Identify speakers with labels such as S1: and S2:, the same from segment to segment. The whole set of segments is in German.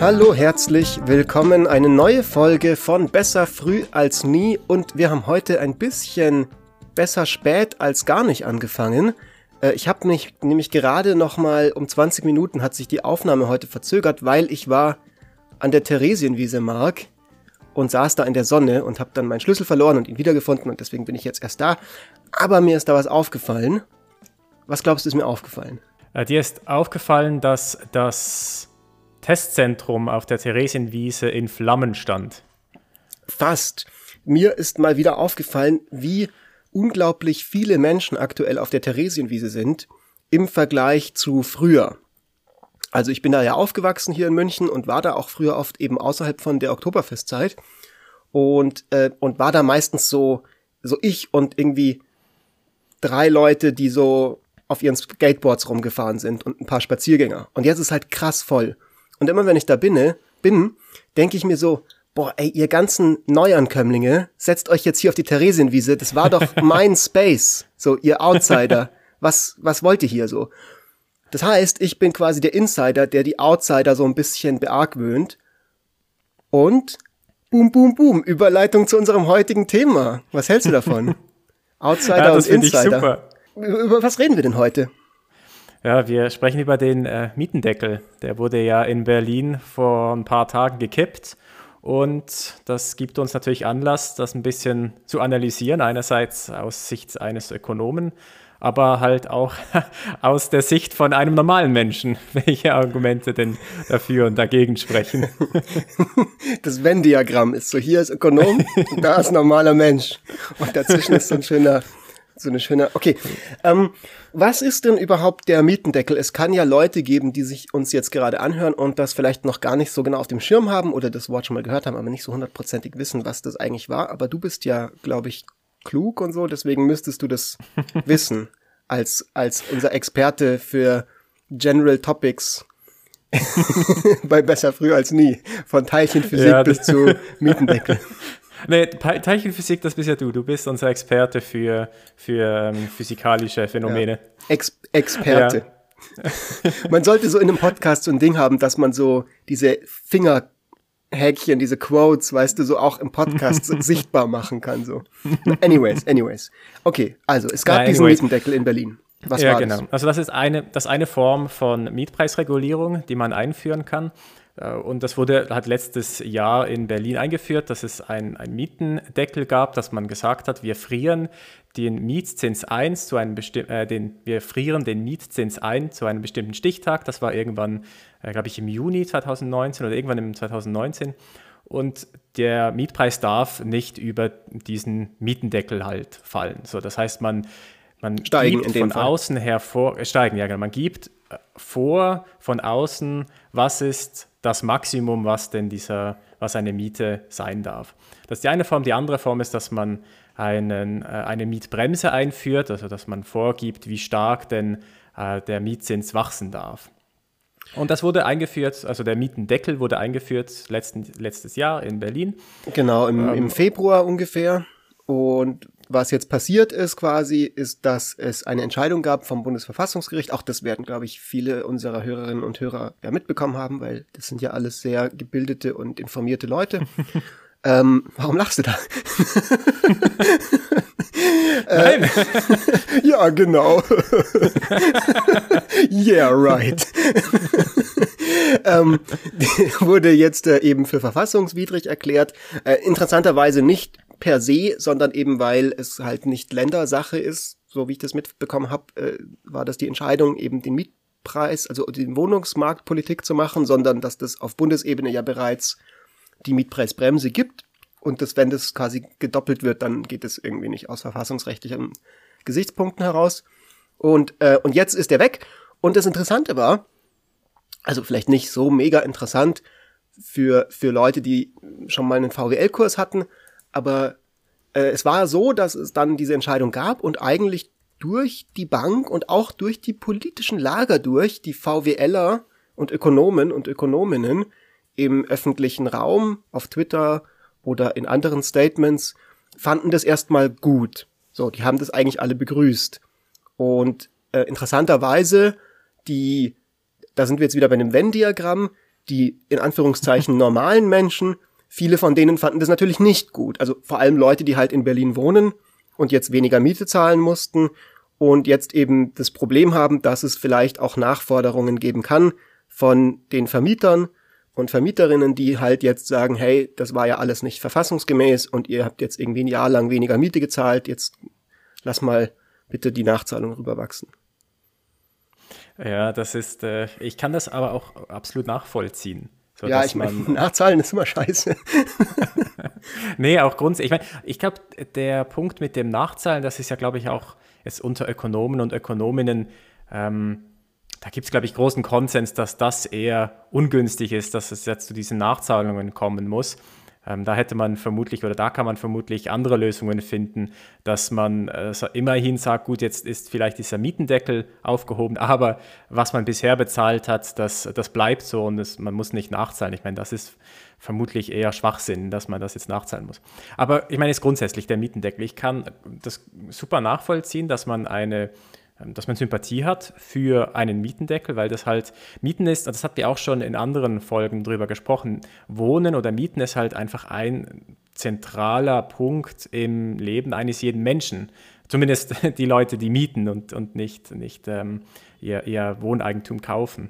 S1: Hallo, herzlich willkommen. Eine neue Folge von Besser früh als nie und wir haben heute ein bisschen besser spät als gar nicht angefangen. Ich habe mich nämlich gerade nochmal um 20 Minuten hat sich die Aufnahme heute verzögert, weil ich war an der Theresienwiese, Mark, und saß da in der Sonne und habe dann meinen Schlüssel verloren und ihn wiedergefunden und deswegen bin ich jetzt erst da. Aber mir ist da was aufgefallen. Was glaubst du, ist mir aufgefallen?
S2: Dir ist aufgefallen, dass das Testzentrum auf der Theresienwiese in Flammen stand.
S1: Fast. Mir ist mal wieder aufgefallen, wie unglaublich viele Menschen aktuell auf der Theresienwiese sind im Vergleich zu früher. Also ich bin da ja aufgewachsen hier in München und war da auch früher oft eben außerhalb von der Oktoberfestzeit und war da meistens so ich und irgendwie 3 Leute, die so auf ihren Skateboards rumgefahren sind und ein paar Spaziergänger. Und jetzt ist halt krass voll. Und immer wenn ich da bin, denke ich mir so, boah, ey, ihr ganzen Neuankömmlinge, setzt euch jetzt hier auf die Theresienwiese, das war doch mein Space, so, ihr Outsider, was wollt ihr hier so? Das heißt, ich bin quasi der Insider, der die Outsider so ein bisschen beargwöhnt. Und boom, boom, boom, Überleitung zu unserem heutigen Thema. Was hältst du davon? Outsider
S2: ja,
S1: und Insider.
S2: Ich super.
S1: Über was reden wir denn heute?
S2: Ja, wir sprechen über den Mietendeckel. Der wurde ja in Berlin vor ein paar Tagen gekippt. Und das gibt uns natürlich Anlass, das ein bisschen zu analysieren. Einerseits aus Sicht eines Ökonomen, aber halt auch aus der Sicht von einem normalen Menschen, welche Argumente denn dafür und dagegen sprechen.
S1: Das Venn-Diagramm ist so, hier ist Ökonom, da ist normaler Mensch. Und dazwischen ist so eine schöne, okay. Was ist denn überhaupt der Mietendeckel? Es kann ja Leute geben, die sich uns jetzt gerade anhören und das vielleicht noch gar nicht so genau auf dem Schirm haben oder das Wort schon mal gehört haben, aber nicht so 100%ig wissen, was das eigentlich war. Aber du bist ja, glaube ich, klug und so, deswegen müsstest du das wissen als unser Experte für General Topics bei Besser früh als nie. Von Teilchenphysik bis zu Mietendeckel.
S2: Nee, Teilchenphysik, das bist ja du. Du bist unser Experte für physikalische Phänomene.
S1: Ja. Experte. Ja. Man sollte so in einem Podcast so ein Ding haben, dass man so diese Fingerhäkchen, diese Quotes, weißt du, so auch im Podcast sichtbar machen kann. So. Anyways. Okay, also es gab diesen Mietendeckel in Berlin. Was war das?
S2: Also das ist eine Form von Mietpreisregulierung, die man einführen kann. Und das hat letztes Jahr in Berlin eingeführt, dass es ein Mietendeckel gab, dass man gesagt hat, wir frieren den Mietzins ein zu einem bestimmten Stichtag. Das war irgendwann, glaube ich, im Juni 2019 oder irgendwann im 2019. Und der Mietpreis darf nicht über diesen Mietendeckel halt fallen. So, das heißt, man gibt von außen man gibt vor von außen, was ist das Maximum, was eine Miete sein darf. Das ist die eine Form. Die andere Form ist, dass man eine Mietbremse einführt, also dass man vorgibt, wie stark denn der Mietzins wachsen darf. Und das wurde eingeführt, also der Mietendeckel wurde eingeführt letztes Jahr in Berlin.
S1: Genau, im Februar ungefähr. Und was jetzt passiert ist quasi, ist, dass es eine Entscheidung gab vom Bundesverfassungsgericht. Auch das werden, glaube ich, viele unserer Hörerinnen und Hörer ja mitbekommen haben, weil das sind ja alles sehr gebildete und informierte Leute. Warum lachst du da?
S2: Nein.
S1: Ja, genau. Yeah, right. Wurde jetzt eben für verfassungswidrig erklärt. Interessanterweise nicht per se, sondern eben, weil es halt nicht Ländersache ist, so wie ich das mitbekommen habe, war das die Entscheidung, eben den Mietpreis, also die Wohnungsmarktpolitik zu machen, sondern dass das auf Bundesebene ja bereits die Mietpreisbremse gibt und dass, wenn das quasi gedoppelt wird, dann geht es irgendwie nicht aus verfassungsrechtlichen Gesichtspunkten heraus. Und jetzt ist der weg. Und das Interessante war, also vielleicht nicht so mega interessant für Leute, die schon mal einen VWL-Kurs hatten, aber es war so, dass es dann diese Entscheidung gab und eigentlich durch die Bank und auch durch die politischen Lager die VWLer und Ökonomen und Ökonominnen im öffentlichen Raum, auf Twitter oder in anderen Statements, fanden das erstmal gut. So, die haben das eigentlich alle begrüßt. Und interessanterweise, da sind wir jetzt wieder bei einem Venn-Diagramm, die in Anführungszeichen normalen Menschen, viele von denen fanden das natürlich nicht gut. Also vor allem Leute, die halt in Berlin wohnen und jetzt weniger Miete zahlen mussten und jetzt eben das Problem haben, dass es vielleicht auch Nachforderungen geben kann von den Vermietern und Vermieterinnen, die halt jetzt sagen, hey, das war ja alles nicht verfassungsgemäß und ihr habt jetzt irgendwie ein Jahr lang weniger Miete gezahlt, jetzt lass mal bitte die Nachzahlung rüberwachsen.
S2: Ja, das ist, ich kann das aber auch absolut nachvollziehen. So,
S1: Ja, ich meine, Nachzahlen ist immer scheiße.
S2: Nee, auch grundsätzlich. Ich meine, ich glaube, der Punkt mit dem Nachzahlen, das ist ja, glaube ich, auch jetzt unter Ökonomen und Ökonominnen, da gibt es, glaube ich, großen Konsens, dass das eher ungünstig ist, dass es jetzt zu diesen Nachzahlungen kommen muss. Da hätte man vermutlich oder da kann man vermutlich andere Lösungen finden, dass man immerhin sagt, gut, jetzt ist vielleicht dieser Mietendeckel aufgehoben, aber was man bisher bezahlt hat, das bleibt so und man muss nicht nachzahlen. Ich meine, das ist vermutlich eher Schwachsinn, dass man das jetzt nachzahlen muss. Aber ich meine, jetzt grundsätzlich der Mietendeckel. Ich kann das super nachvollziehen, dass man Sympathie hat für einen Mietendeckel, weil das halt Mieten ist, und das hatten wir auch schon in anderen Folgen drüber gesprochen, Wohnen oder Mieten ist halt einfach ein zentraler Punkt im Leben eines jeden Menschen. Zumindest die Leute, die mieten und nicht ihr Wohneigentum kaufen.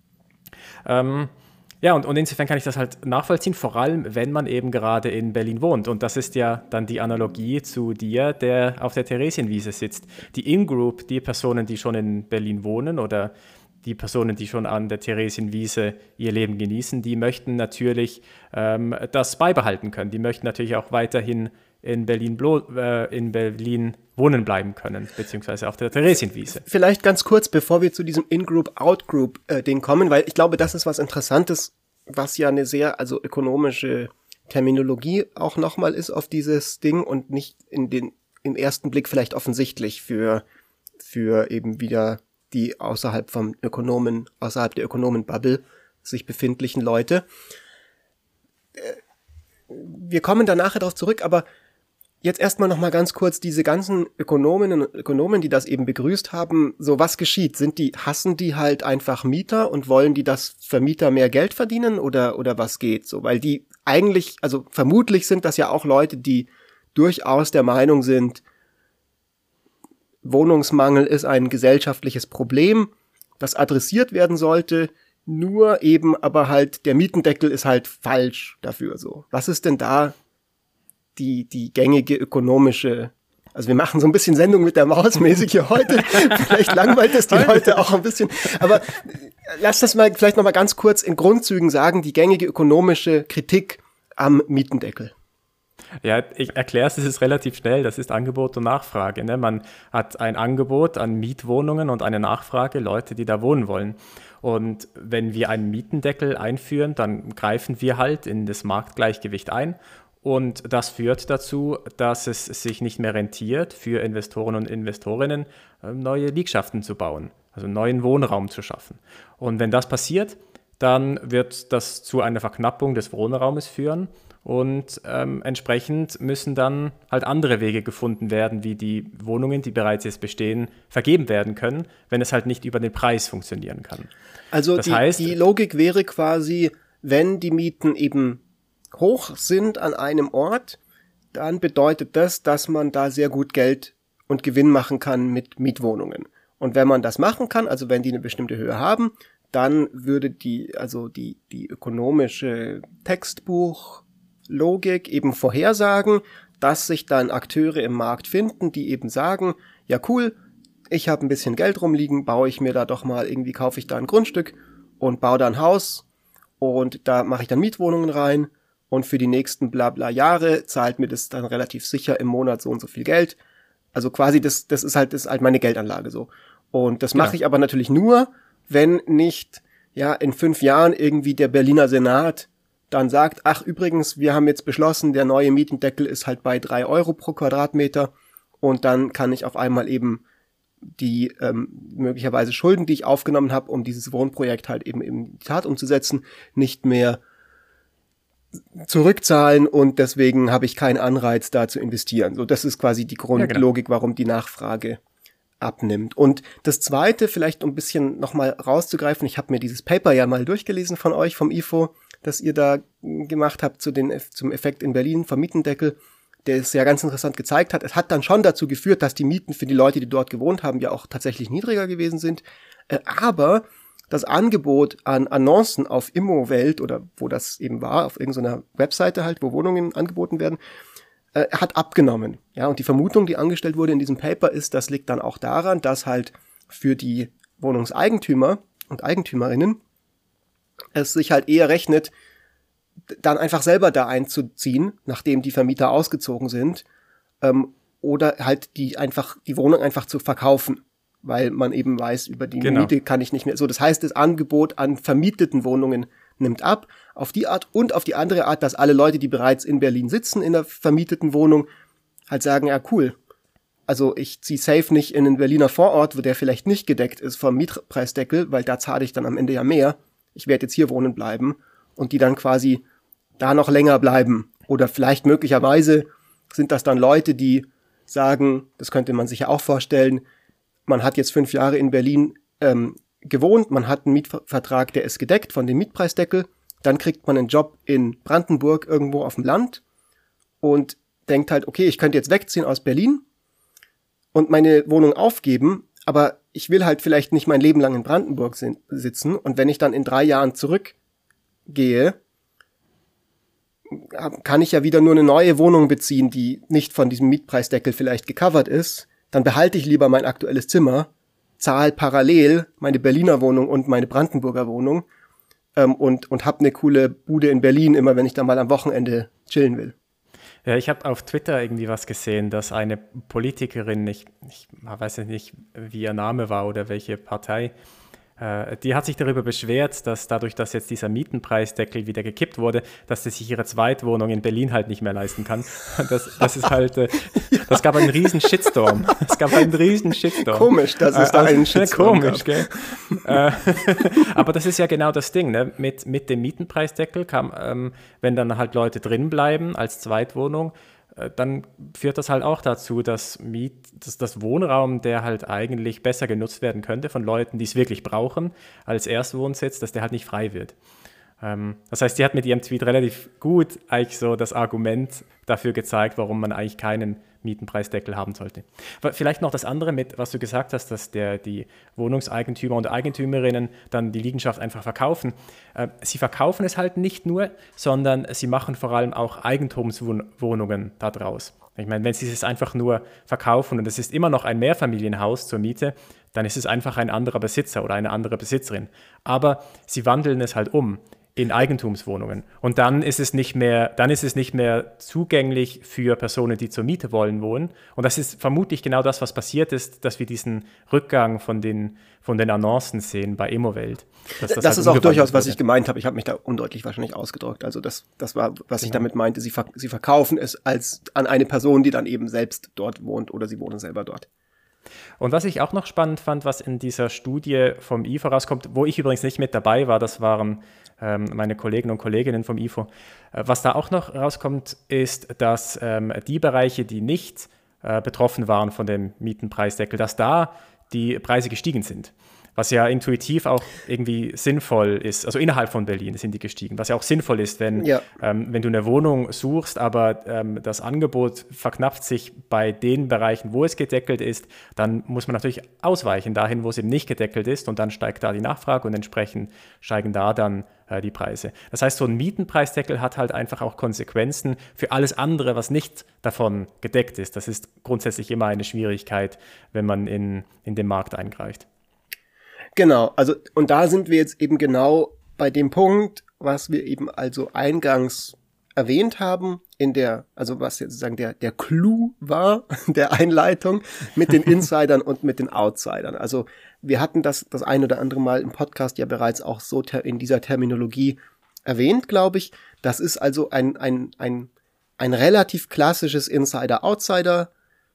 S2: Ja, und insofern kann ich das halt nachvollziehen, vor allem, wenn man eben gerade in Berlin wohnt. Und das ist ja dann die Analogie zu dir, der auf der Theresienwiese sitzt. Die In-Group, die Personen, die schon in Berlin wohnen oder die Personen, die schon an der Theresienwiese ihr Leben genießen, die möchten natürlich das beibehalten können. Die möchten natürlich auch weiterhin in Berlin wohnen bleiben können, beziehungsweise auf der Theresienwiese.
S1: Vielleicht ganz kurz, bevor wir zu diesem In-Group, Out-Group-Ding kommen, weil ich glaube, das ist was Interessantes, was ja eine sehr, also ökonomische Terminologie auch nochmal ist auf dieses Ding und nicht im ersten Blick vielleicht offensichtlich für eben wieder die außerhalb der Ökonomen-Bubble sich befindlichen Leute. Wir kommen da nachher darauf zurück, aber jetzt erstmal noch mal ganz kurz diese ganzen Ökonominnen und Ökonomen, die das eben begrüßt haben, so was geschieht? Hassen die halt einfach Mieter und wollen die, dass Vermieter mehr Geld verdienen oder was geht so? Weil die eigentlich, also vermutlich sind das ja auch Leute, die durchaus der Meinung sind, Wohnungsmangel ist ein gesellschaftliches Problem, das adressiert werden sollte, nur eben aber halt der Mietendeckel ist halt falsch dafür so. Was ist denn da die gängige ökonomische, also wir machen so ein bisschen Sendung mit der Maus mäßig hier heute, vielleicht langweilt es die Leute auch ein bisschen, aber lass das mal vielleicht noch mal ganz kurz in Grundzügen sagen, die gängige ökonomische Kritik am Mietendeckel.
S2: Ja, ich erkläre es, das ist relativ schnell, das ist Angebot und Nachfrage. Ne? Man hat ein Angebot an Mietwohnungen und eine Nachfrage, Leute, die da wohnen wollen. Und wenn wir einen Mietendeckel einführen, dann greifen wir halt in das Marktgleichgewicht ein. Und das führt dazu, dass es sich nicht mehr rentiert, für Investoren und Investorinnen neue Liegschaften zu bauen, also neuen Wohnraum zu schaffen. Und wenn das passiert, dann wird das zu einer Verknappung des Wohnraumes führen und entsprechend müssen dann halt andere Wege gefunden werden, wie die Wohnungen, die bereits jetzt bestehen, vergeben werden können, wenn es halt nicht über den Preis funktionieren kann.
S1: Also das heißt, die Logik wäre quasi, wenn die Mieten eben hoch sind an einem Ort, dann bedeutet das, dass man da sehr gut Geld und Gewinn machen kann mit Mietwohnungen. Und wenn man das machen kann, also wenn die eine bestimmte Höhe haben, dann würde die ökonomische Textbuchlogik eben vorhersagen, dass sich dann Akteure im Markt finden, die eben sagen, ja cool, ich habe ein bisschen Geld rumliegen, kaufe ich da ein Grundstück und baue da ein Haus und da mache ich dann Mietwohnungen rein. Und für die nächsten blabla Jahre zahlt mir das dann relativ sicher im Monat so und so viel Geld. Also quasi, das ist halt meine Geldanlage so. Und das mache ich aber natürlich nur, wenn nicht, ja, in 5 Jahren irgendwie der Berliner Senat dann sagt, ach übrigens, wir haben jetzt beschlossen, der neue Mietendeckel ist halt bei 3 Euro pro Quadratmeter. Und dann kann ich auf einmal eben die möglicherweise Schulden, die ich aufgenommen habe, um dieses Wohnprojekt halt eben in die Tat umzusetzen, nicht mehr zurückzahlen und deswegen habe ich keinen Anreiz, da zu investieren. So, das ist quasi die Grundlogik, warum die Nachfrage abnimmt. Und das Zweite, vielleicht um ein bisschen nochmal rauszugreifen, ich habe mir dieses Paper ja mal durchgelesen von euch, vom IFO, das ihr da gemacht habt zum Effekt in Berlin vom Mietendeckel, der es ja ganz interessant gezeigt hat. Es hat dann schon dazu geführt, dass die Mieten für die Leute, die dort gewohnt haben, ja auch tatsächlich niedriger gewesen sind. Aber das Angebot an Annoncen auf Immowelt oder wo das eben war, auf irgendeiner Webseite halt, wo Wohnungen angeboten werden, hat abgenommen. Ja, und die Vermutung, die angestellt wurde in diesem Paper, ist, das liegt dann auch daran, dass halt für die Wohnungseigentümer und Eigentümerinnen es sich halt eher rechnet, dann einfach selber da einzuziehen, nachdem die Vermieter ausgezogen sind, oder halt die Wohnung einfach zu verkaufen, weil man eben weiß, über die Miete kann ich nicht mehr. So, das heißt, das Angebot an vermieteten Wohnungen nimmt ab, auf die Art und auf die andere Art, dass alle Leute, die bereits in Berlin sitzen, in der vermieteten Wohnung, halt sagen, ja cool, also ich ziehe safe nicht in einen Berliner Vorort, wo der vielleicht nicht gedeckt ist vom Mietpreisdeckel, weil da zahle ich dann am Ende ja mehr. Ich werde jetzt hier wohnen bleiben und die dann quasi da noch länger bleiben. Oder vielleicht möglicherweise sind das dann Leute, die sagen, das könnte man sich ja auch vorstellen, man hat jetzt 5 Jahre in Berlin gewohnt, man hat einen Mietvertrag, der ist gedeckt von dem Mietpreisdeckel, dann kriegt man einen Job in Brandenburg irgendwo auf dem Land und denkt halt, okay, ich könnte jetzt wegziehen aus Berlin und meine Wohnung aufgeben, aber ich will halt vielleicht nicht mein Leben lang in Brandenburg sitzen und wenn ich dann in 3 Jahren zurückgehe, kann ich ja wieder nur eine neue Wohnung beziehen, die nicht von diesem Mietpreisdeckel vielleicht gecovert ist, dann behalte ich lieber mein aktuelles Zimmer, zahle parallel meine Berliner Wohnung und meine Brandenburger Wohnung und habe eine coole Bude in Berlin, immer wenn ich da mal am Wochenende chillen will.
S2: Ja, ich habe auf Twitter irgendwie was gesehen, dass eine Politikerin, ich weiß nicht, wie ihr Name war oder welche Partei, die hat sich darüber beschwert, dass dadurch, dass jetzt dieser Mietenpreisdeckel wieder gekippt wurde, dass sie sich ihre Zweitwohnung in Berlin halt nicht mehr leisten kann. Das ist halt, das gab einen riesen Shitstorm.
S1: Komisch, dass es da einen Shitstorm
S2: Komisch, gell? Aber das ist ja genau das Ding, ne? Mit dem Mietenpreisdeckel wenn dann halt Leute drin bleiben als Zweitwohnung, dann führt das halt auch dazu, dass das Wohnraum, der halt eigentlich besser genutzt werden könnte von Leuten, die es wirklich brauchen, als Erstwohnsitz, dass der halt nicht frei wird. Das heißt, die hat mit ihrem Tweet relativ gut eigentlich so das Argument dafür gezeigt, warum man eigentlich keinen Mietenpreisdeckel haben sollte. Vielleicht noch das andere mit, was du gesagt hast, dass die Wohnungseigentümer und Eigentümerinnen dann die Liegenschaft einfach verkaufen. Sie verkaufen es halt nicht nur, sondern sie machen vor allem auch Eigentumswohnungen daraus. Ich meine, wenn sie es einfach nur verkaufen und es ist immer noch ein Mehrfamilienhaus zur Miete, dann ist es einfach ein anderer Besitzer oder eine andere Besitzerin. Aber sie wandeln es halt um in Eigentumswohnungen. Und dann ist es nicht mehr zugänglich für Personen, die zur Miete wohnen. Und das ist vermutlich genau das, was passiert ist, dass wir diesen Rückgang von den Annoncen sehen bei Immowelt.
S1: Das halt ist auch durchaus, was ich gemeint habe. Ich habe mich da undeutlich wahrscheinlich ausgedrückt. Also das war, was ich damit meinte. Sie verkaufen es als an eine Person, die dann eben selbst dort wohnt oder sie wohnen selber dort.
S2: Und was ich auch noch spannend fand, was in dieser Studie vom IFO rauskommt, wo ich übrigens nicht mit dabei war, das waren meine Kollegen und Kolleginnen vom IFO. Was da auch noch rauskommt, ist, dass die Bereiche, die nicht betroffen waren von dem Mietenpreisdeckel, dass da die Preise gestiegen sind. Was ja intuitiv auch irgendwie sinnvoll ist, also innerhalb von Berlin sind die gestiegen, was ja auch sinnvoll ist, wenn du eine Wohnung suchst, aber das Angebot verknappt sich bei den Bereichen, wo es gedeckelt ist, dann muss man natürlich ausweichen dahin, wo es eben nicht gedeckelt ist und dann steigt da die Nachfrage und entsprechend steigen da dann die Preise. Das heißt, so ein Mietenpreisdeckel hat halt einfach auch Konsequenzen für alles andere, was nicht davon gedeckt ist. Das ist grundsätzlich immer eine Schwierigkeit, wenn man in den Markt eingreift.
S1: Genau, also und da sind wir jetzt eben genau bei dem Punkt, was wir eben also eingangs erwähnt haben, also was jetzt sozusagen der Clou war der Einleitung mit den Insidern und mit den Outsidern. Also wir hatten das ein oder andere Mal im Podcast ja bereits auch so in dieser Terminologie erwähnt, glaube ich. Das ist also ein relativ klassisches Insider-Outsider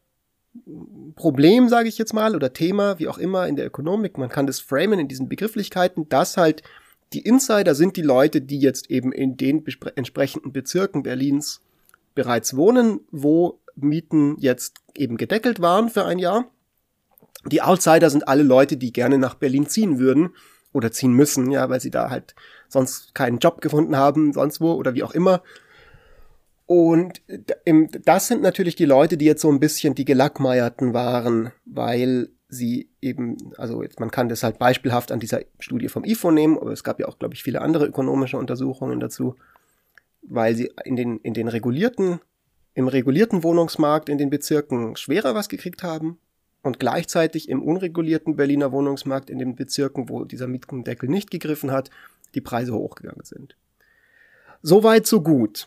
S1: Problem, sage ich jetzt mal, oder Thema, wie auch immer in der Ökonomik. Man kann das framen in diesen Begrifflichkeiten, dass halt die Insider sind die Leute, die jetzt eben in den entsprechenden Bezirken Berlins bereits wohnen, wo Mieten jetzt eben gedeckelt waren für ein Jahr. Die Outsider sind alle Leute, die gerne nach Berlin ziehen würden oder ziehen müssen, ja, weil sie da halt sonst keinen Job gefunden haben, sonst wo oder wie auch immer. Und das sind natürlich die Leute, die jetzt so ein bisschen die Gelackmeierten waren, weil sie eben, also jetzt, man kann das halt beispielhaft an dieser Studie vom IFO nehmen, aber es gab ja auch, glaube ich, viele andere ökonomische Untersuchungen dazu, weil sie im regulierten Wohnungsmarkt in den Bezirken schwerer was gekriegt haben und gleichzeitig im unregulierten Berliner Wohnungsmarkt in den Bezirken, wo dieser Mietendeckel nicht gegriffen hat, die Preise hochgegangen sind. Soweit, so gut.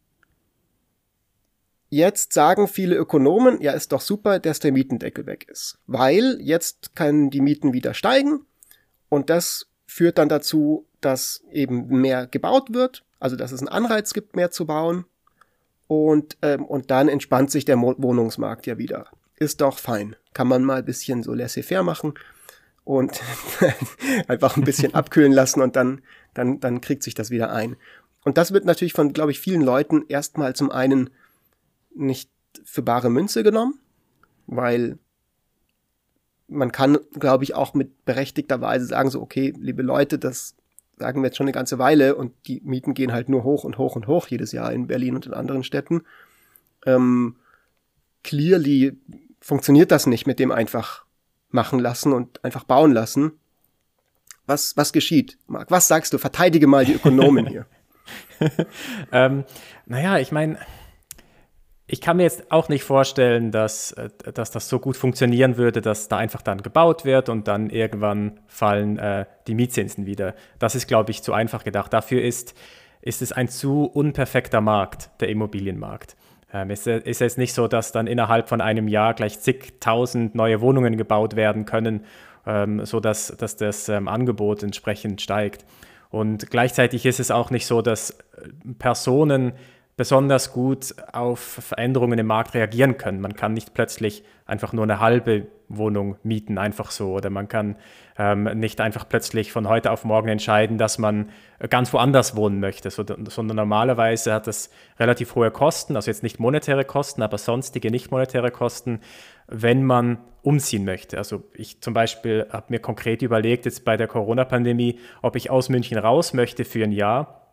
S1: Jetzt sagen viele Ökonomen, ja, ist doch super, dass der Mietendeckel weg ist, weil jetzt können die Mieten wieder steigen und das führt dann dazu, dass eben mehr gebaut wird, also dass es einen Anreiz gibt, mehr zu bauen und dann entspannt sich der Wohnungsmarkt ja wieder. Ist doch fein. Kann man mal ein bisschen so laissez-faire machen und einfach ein bisschen abkühlen lassen und dann kriegt sich das wieder ein. Und das wird natürlich von, glaube ich, vielen Leuten erstmal zum einen nicht für bare Münze genommen, weil man kann, glaube ich, auch mit berechtigter Weise sagen, so, okay, liebe Leute, das sagen wir jetzt schon eine ganze Weile und die Mieten gehen halt nur hoch und hoch und hoch jedes Jahr in Berlin und in anderen Städten. Clearly funktioniert das nicht mit dem einfach machen lassen und einfach bauen lassen. Was geschieht, Marc? Was sagst du? Verteidige mal die Ökonomen hier.
S2: Naja, ich meine, ich kann mir jetzt auch nicht vorstellen, dass das so gut funktionieren würde, dass da einfach dann gebaut wird und dann irgendwann fallen die Mietzinsen wieder. Das ist, glaube ich, zu einfach gedacht. Dafür ist es ein zu unperfekter Markt, der Immobilienmarkt. Es ist jetzt nicht so, dass dann innerhalb von einem Jahr gleich zigtausend neue Wohnungen gebaut werden können, sodass das Angebot entsprechend steigt. Und gleichzeitig ist es auch nicht so, dass Personen besonders gut auf Veränderungen im Markt reagieren können. Man kann nicht plötzlich einfach nur eine halbe Wohnung mieten, einfach so. Oder man kann nicht einfach plötzlich von heute auf morgen entscheiden, dass man ganz woanders wohnen möchte, sondern normalerweise hat das relativ hohe Kosten, also jetzt nicht monetäre Kosten, aber sonstige nicht monetäre Kosten, wenn man umziehen möchte. Also ich zum Beispiel habe mir konkret überlegt, jetzt bei der Corona-Pandemie, ob ich aus München raus möchte für ein Jahr,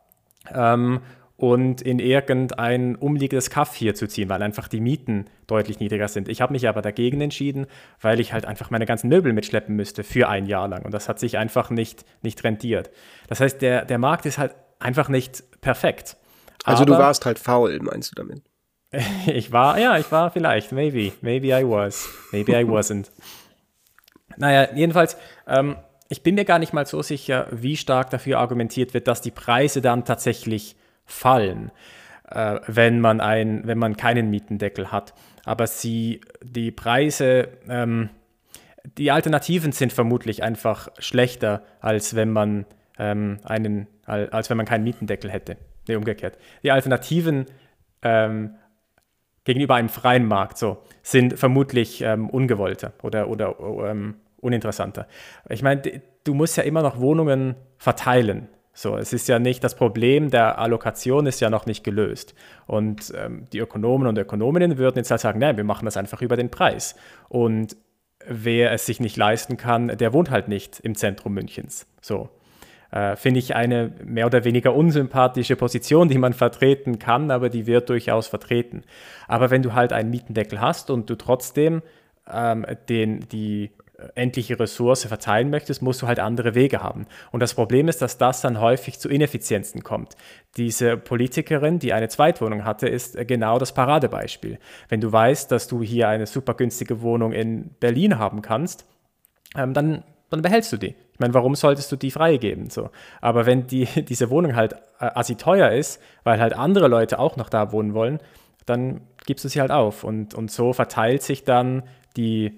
S2: und in irgendein umliegendes Kaff hier zu ziehen, weil einfach die Mieten deutlich niedriger sind. Ich habe mich aber dagegen entschieden, weil ich halt einfach meine ganzen Möbel mitschleppen müsste für ein Jahr lang. Und das hat sich einfach nicht rentiert. Das heißt, der Markt ist halt einfach nicht perfekt.
S1: Also aber du warst halt faul, meinst du damit?
S2: Ich war vielleicht, maybe I was, maybe I wasn't. Naja, jedenfalls, ich bin mir gar nicht mal so sicher, wie stark dafür argumentiert wird, dass die Preise dann tatsächlich fallen, wenn man keinen Mietendeckel hat. Aber die Preise, die Alternativen sind vermutlich einfach schlechter, als wenn man keinen Mietendeckel hätte. Nee, umgekehrt. Die Alternativen gegenüber einem freien Markt sind vermutlich ungewollter oder uninteressanter. Ich meine, du musst ja immer noch Wohnungen verteilen. So, es ist ja nicht, das Problem der Allokation ist ja noch nicht gelöst. Und die Ökonomen und Ökonominnen würden jetzt halt sagen, nein, wir machen das einfach über den Preis. Und wer es sich nicht leisten kann, der wohnt halt nicht im Zentrum Münchens. So, finde ich eine mehr oder weniger unsympathische Position, die man vertreten kann, aber die wird durchaus vertreten. Aber wenn du halt einen Mietendeckel hast und du trotzdem die endliche Ressource verteilen möchtest, musst du halt andere Wege haben. Und das Problem ist, dass das dann häufig zu Ineffizienzen kommt. Diese Politikerin, die eine Zweitwohnung hatte, ist genau das Paradebeispiel. Wenn du weißt, dass du hier eine super günstige Wohnung in Berlin haben kannst, dann behältst du die. Ich meine, warum solltest du die freigeben? So. Aber wenn diese Wohnung halt assi teuer ist, weil halt andere Leute auch noch da wohnen wollen, dann gibst du sie halt auf. Und so verteilt sich dann die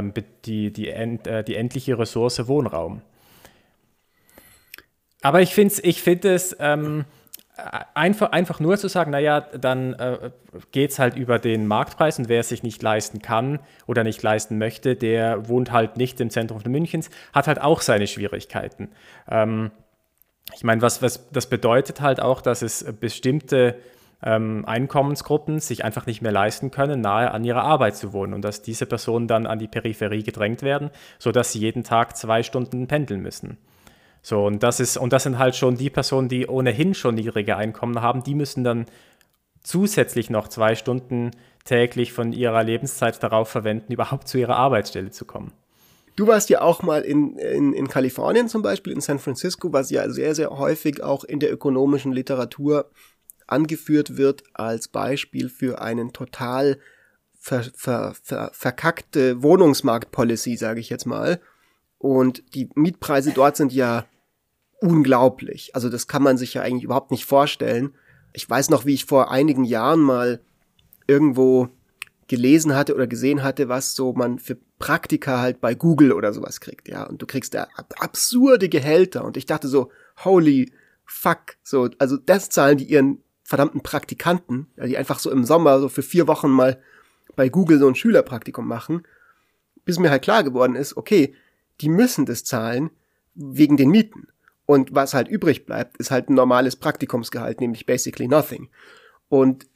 S2: endliche Ressource Wohnraum. Aber ich finde es einfach nur zu sagen, naja, dann geht es halt über den Marktpreis und wer es sich nicht leisten kann oder nicht leisten möchte, der wohnt halt nicht im Zentrum von Münchens, hat halt auch seine Schwierigkeiten. Ich meine, das bedeutet halt auch, dass es bestimmte Einkommensgruppen sich einfach nicht mehr leisten können, nahe an ihrer Arbeit zu wohnen und dass diese Personen dann an die Peripherie gedrängt werden, sodass sie jeden Tag 2 Stunden pendeln müssen. So, und das sind halt schon die Personen, die ohnehin schon niedrige Einkommen haben, die müssen dann zusätzlich noch 2 Stunden täglich von ihrer Lebenszeit darauf verwenden, überhaupt zu ihrer Arbeitsstelle zu kommen.
S1: Du warst ja auch mal in Kalifornien zum Beispiel, in San Francisco, was ja sehr, sehr häufig auch in der ökonomischen Literatur angeführt wird als Beispiel für einen total verkackte Wohnungsmarktpolicy, sage ich jetzt mal. Und die Mietpreise dort sind ja unglaublich. Also das kann man sich ja eigentlich überhaupt nicht vorstellen. Ich weiß noch, wie ich vor einigen Jahren mal irgendwo gelesen hatte oder gesehen hatte, was so man für Praktika halt bei Google oder sowas kriegt, ja. Und du kriegst da absurde Gehälter. Und ich dachte so, holy fuck. So, also das zahlen die ihren verdammten Praktikanten, ja, die einfach so im Sommer so für 4 Wochen mal bei Google so ein Schülerpraktikum machen, bis mir halt klar geworden ist, okay, die müssen das zahlen wegen den Mieten. Und was halt übrig bleibt, ist halt ein normales Praktikumsgehalt, nämlich basically nothing. Und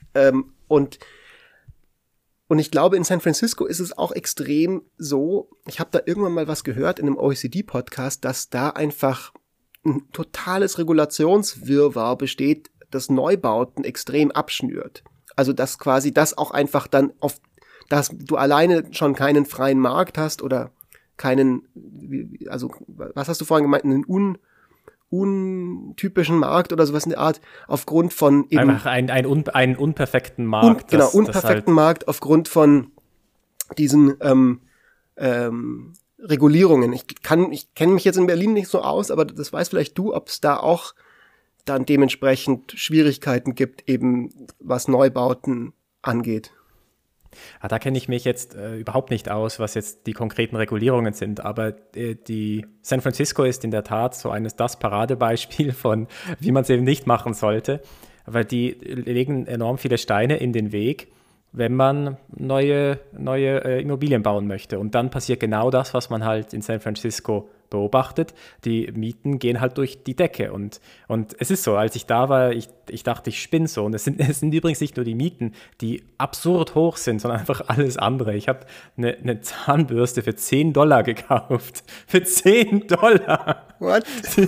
S1: ich glaube, in San Francisco ist es auch extrem so, ich habe da irgendwann mal was gehört in einem OECD-Podcast, dass da einfach ein totales Regulationswirrwarr besteht, das Neubauten extrem abschnürt. Also dass quasi das auch einfach dann dass du alleine schon keinen freien Markt hast oder keinen, also was hast du vorhin gemeint, einen untypischen Markt oder sowas in der Art, aufgrund von eben
S2: einfach einen unperfekten Markt.
S1: Unperfekten Markt aufgrund von diesen Regulierungen. Ich kenne mich jetzt in Berlin nicht so aus, aber das weiß vielleicht du, ob es da auch dann dementsprechend Schwierigkeiten gibt, eben was Neubauten angeht.
S2: Da kenne ich mich jetzt überhaupt nicht aus, was jetzt die konkreten Regulierungen sind, aber die San Francisco ist in der Tat so das Paradebeispiel von, wie man es eben nicht machen sollte, weil die legen enorm viele Steine in den Weg, wenn man neue Immobilien bauen möchte. Und dann passiert genau das, was man halt in San Francisco beobachtet. Die Mieten gehen halt durch die Decke. Und es ist so, als ich da war, ich dachte, ich spinne so. Und es sind übrigens nicht nur die Mieten, die absurd hoch sind, sondern einfach alles andere. Ich habe eine Zahnbürste für $10 gekauft. Für $10!
S1: What?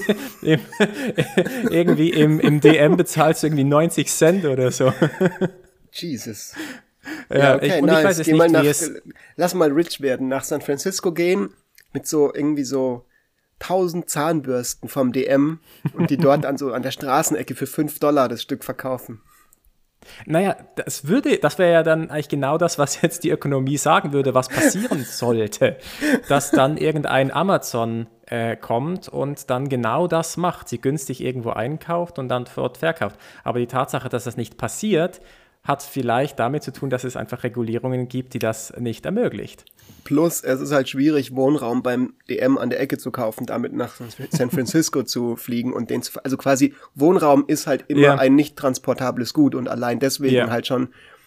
S2: Irgendwie im DM bezahlst du irgendwie 90 Cent oder so.
S1: Jesus.
S2: Ja, okay, nice. Ich weiß jetzt nicht,
S1: lass mal rich werden, nach San Francisco gehen, mit so irgendwie so 1000 Zahnbürsten vom DM und die dort an der Straßenecke für $5 das Stück verkaufen.
S2: Naja, das wäre ja dann eigentlich genau das, was jetzt die Ökonomie sagen würde, was passieren sollte, dass dann irgendein Amazon kommt und dann genau das macht, sie günstig irgendwo einkauft und dann dort verkauft. Aber die Tatsache, dass das nicht passiert, hat vielleicht damit zu tun, dass es einfach Regulierungen gibt, die das nicht ermöglicht.
S1: Plus, es ist halt schwierig, Wohnraum beim DM an der Ecke zu kaufen, damit nach San Francisco zu fliegen und also quasi Wohnraum ist halt immer ein nicht transportables Gut und allein deswegen halt schon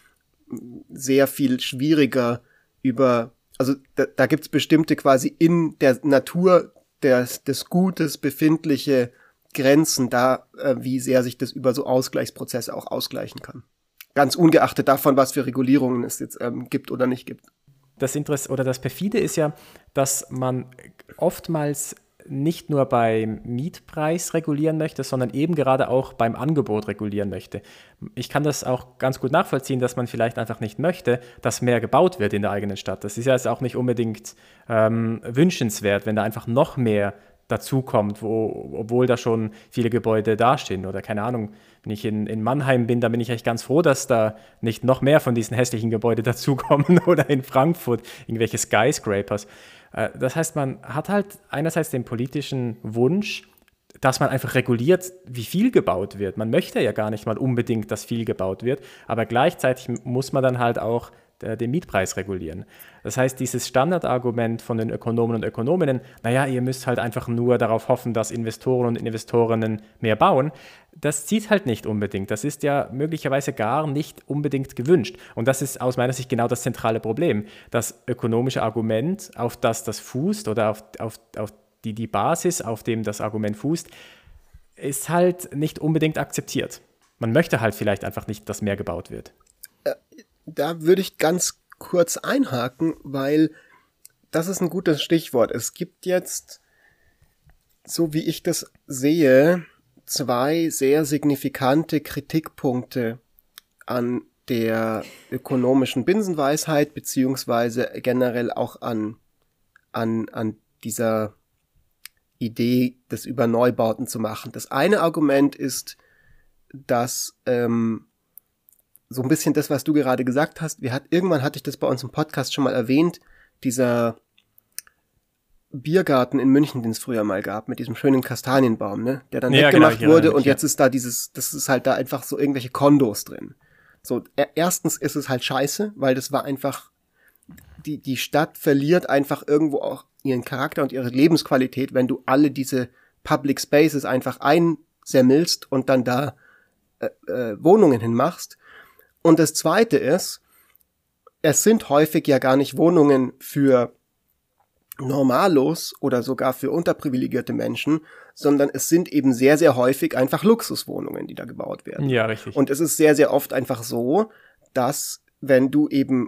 S1: sehr viel schwieriger also da gibt's bestimmte quasi in der Natur des Gutes befindliche Grenzen da, wie sehr sich das über so Ausgleichsprozesse auch ausgleichen kann. Ganz ungeachtet davon, was für Regulierungen es jetzt gibt oder nicht gibt.
S2: Das Perfide ist ja, dass man oftmals nicht nur beim Mietpreis regulieren möchte, sondern eben gerade auch beim Angebot regulieren möchte. Ich kann das auch ganz gut nachvollziehen, dass man vielleicht einfach nicht möchte, dass mehr gebaut wird in der eigenen Stadt. Das ist ja jetzt auch nicht unbedingt wünschenswert, wenn da einfach noch mehr dazukommt, obwohl da schon viele Gebäude dastehen. Oder keine Ahnung, wenn ich in Mannheim bin, dann bin ich echt ganz froh, dass da nicht noch mehr von diesen hässlichen Gebäuden dazukommen oder in Frankfurt irgendwelche Skyscrapers. Das heißt, man hat halt einerseits den politischen Wunsch, dass man einfach reguliert, wie viel gebaut wird. Man möchte ja gar nicht mal unbedingt, dass viel gebaut wird, aber gleichzeitig muss man dann halt auch den Mietpreis regulieren. Das heißt, dieses Standardargument von den Ökonomen und Ökonominnen, naja, ihr müsst halt einfach nur darauf hoffen, dass Investoren und Investorinnen mehr bauen, das zieht halt nicht unbedingt. Das ist ja möglicherweise gar nicht unbedingt gewünscht. Und das ist aus meiner Sicht genau das zentrale Problem. Das ökonomische Argument, auf das das fußt oder auf die Basis, auf dem das Argument fußt, ist halt nicht unbedingt akzeptiert. man möchte halt vielleicht einfach nicht, dass mehr gebaut wird.
S1: Da würde ich ganz kurz einhaken, weil das ist ein gutes Stichwort. Es gibt jetzt, so wie ich das sehe, 2 sehr signifikante Kritikpunkte an der ökonomischen Binsenweisheit, beziehungsweise generell auch an dieser Idee, das über Neubauten zu machen. Das eine Argument ist, dass so ein bisschen das, was du gerade gesagt hast, irgendwann hatte ich das bei uns im Podcast schon mal erwähnt, dieser Biergarten in München, den es früher mal gab, mit diesem schönen Kastanienbaum, ne, der dann weggemacht wurde und jetzt ist da das ist halt da einfach so irgendwelche Kondos drin. So, erstens ist es halt scheiße, weil das war einfach, die Stadt verliert einfach irgendwo auch ihren Charakter und ihre Lebensqualität, wenn du alle diese Public Spaces einfach einsemmelst und dann da Wohnungen hinmachst. Und das Zweite ist, es sind häufig ja gar nicht Wohnungen für Normalos oder sogar für unterprivilegierte Menschen, sondern es sind eben sehr, sehr häufig einfach Luxuswohnungen, die da gebaut werden.
S2: Ja, richtig.
S1: Und es ist sehr, sehr oft einfach so, dass wenn du eben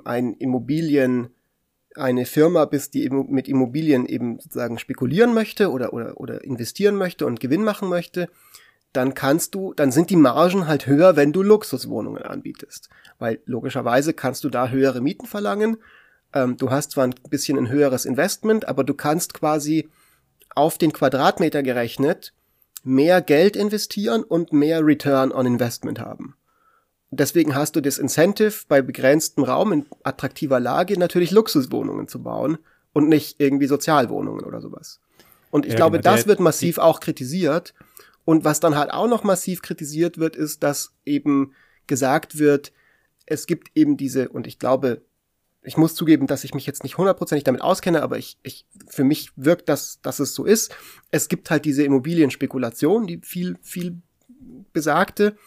S1: eine Firma bist, die eben mit Immobilien eben sozusagen spekulieren möchte oder investieren möchte und Gewinn machen möchte, dann sind die Margen halt höher, wenn du Luxuswohnungen anbietest. Weil logischerweise kannst du da höhere Mieten verlangen. Du hast zwar ein bisschen ein höheres Investment, aber du kannst quasi auf den Quadratmeter gerechnet mehr Geld investieren und mehr Return on Investment haben. Und deswegen hast du das Incentive, bei begrenztem Raum in attraktiver Lage natürlich Luxuswohnungen zu bauen und nicht irgendwie Sozialwohnungen oder sowas. Und ich glaube, das wird massiv auch kritisiert. Und was dann halt auch noch massiv kritisiert wird, ist, dass eben gesagt wird, es gibt eben und ich glaube, ich muss zugeben, dass ich mich jetzt nicht 100%ig damit auskenne, aber für mich wirkt das, dass es so ist. Es gibt halt diese Immobilienspekulation, die viel besagte,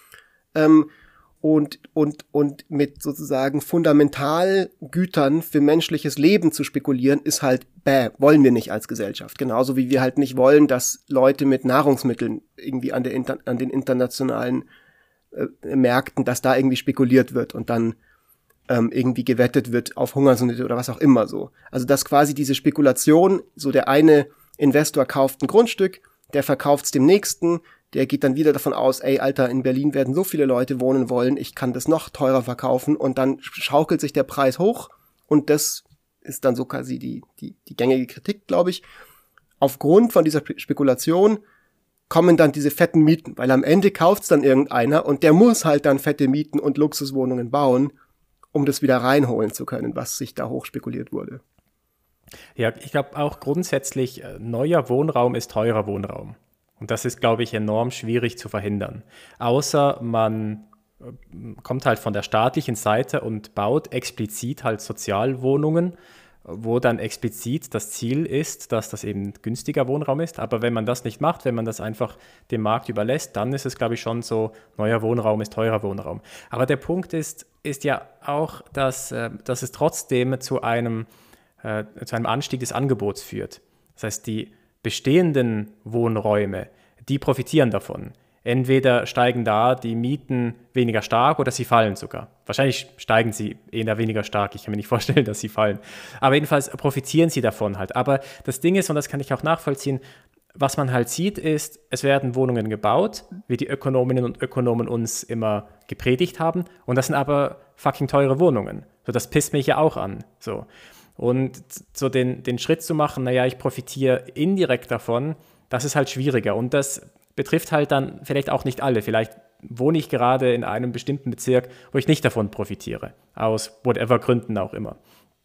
S1: und mit sozusagen Fundamentalgütern für menschliches Leben zu spekulieren, ist halt, wollen wir nicht als Gesellschaft. Genauso wie wir halt nicht wollen, dass Leute mit Nahrungsmitteln irgendwie an den internationalen Märkten, dass da irgendwie spekuliert wird und dann irgendwie gewettet wird auf Hungersnöte oder was auch immer so. Also dass quasi diese Spekulation, so der eine Investor kauft ein Grundstück, der verkauft's dem nächsten, der geht dann wieder davon aus, ey, Alter, in Berlin werden so viele Leute wohnen wollen, ich kann das noch teurer verkaufen und dann schaukelt sich der Preis hoch und das ist dann so quasi die gängige Kritik, glaube ich. Aufgrund von dieser Spekulation kommen dann diese fetten Mieten, weil am Ende kauft's dann irgendeiner und der muss halt dann fette Mieten und Luxuswohnungen bauen, um das wieder reinholen zu können, was sich da hoch spekuliert wurde.
S2: Ja, ich glaube auch grundsätzlich, neuer Wohnraum ist teurer Wohnraum. Und das ist, glaube ich, enorm schwierig zu verhindern. Außer man kommt halt von der staatlichen Seite und baut explizit halt Sozialwohnungen, wo dann explizit das Ziel ist, dass das eben günstiger Wohnraum ist. Aber wenn man das nicht macht, wenn man das einfach dem Markt überlässt, dann ist es, glaube ich, schon so, neuer Wohnraum ist teurer Wohnraum. Aber der Punkt ist ja auch, dass es trotzdem zu einem Anstieg des Angebots führt. Das heißt, die bestehenden Wohnräume, die profitieren davon. Entweder steigen da die Mieten weniger stark oder sie fallen sogar. Wahrscheinlich steigen sie eher weniger stark. Ich kann mir nicht vorstellen, dass sie fallen. Aber jedenfalls profitieren sie davon halt. Aber das Ding ist, und das kann ich auch nachvollziehen, was man halt sieht, ist, es werden Wohnungen gebaut, wie die Ökonominnen und Ökonomen uns immer gepredigt haben. Und das sind aber fucking teure Wohnungen. So, das pisst mich ja auch an. So. Und so den Schritt zu machen, naja, ich profitiere indirekt davon, das ist halt schwieriger. Und das betrifft halt dann vielleicht auch nicht alle. Vielleicht wohne ich gerade in einem bestimmten Bezirk, wo ich nicht davon profitiere. Aus whatever Gründen auch immer.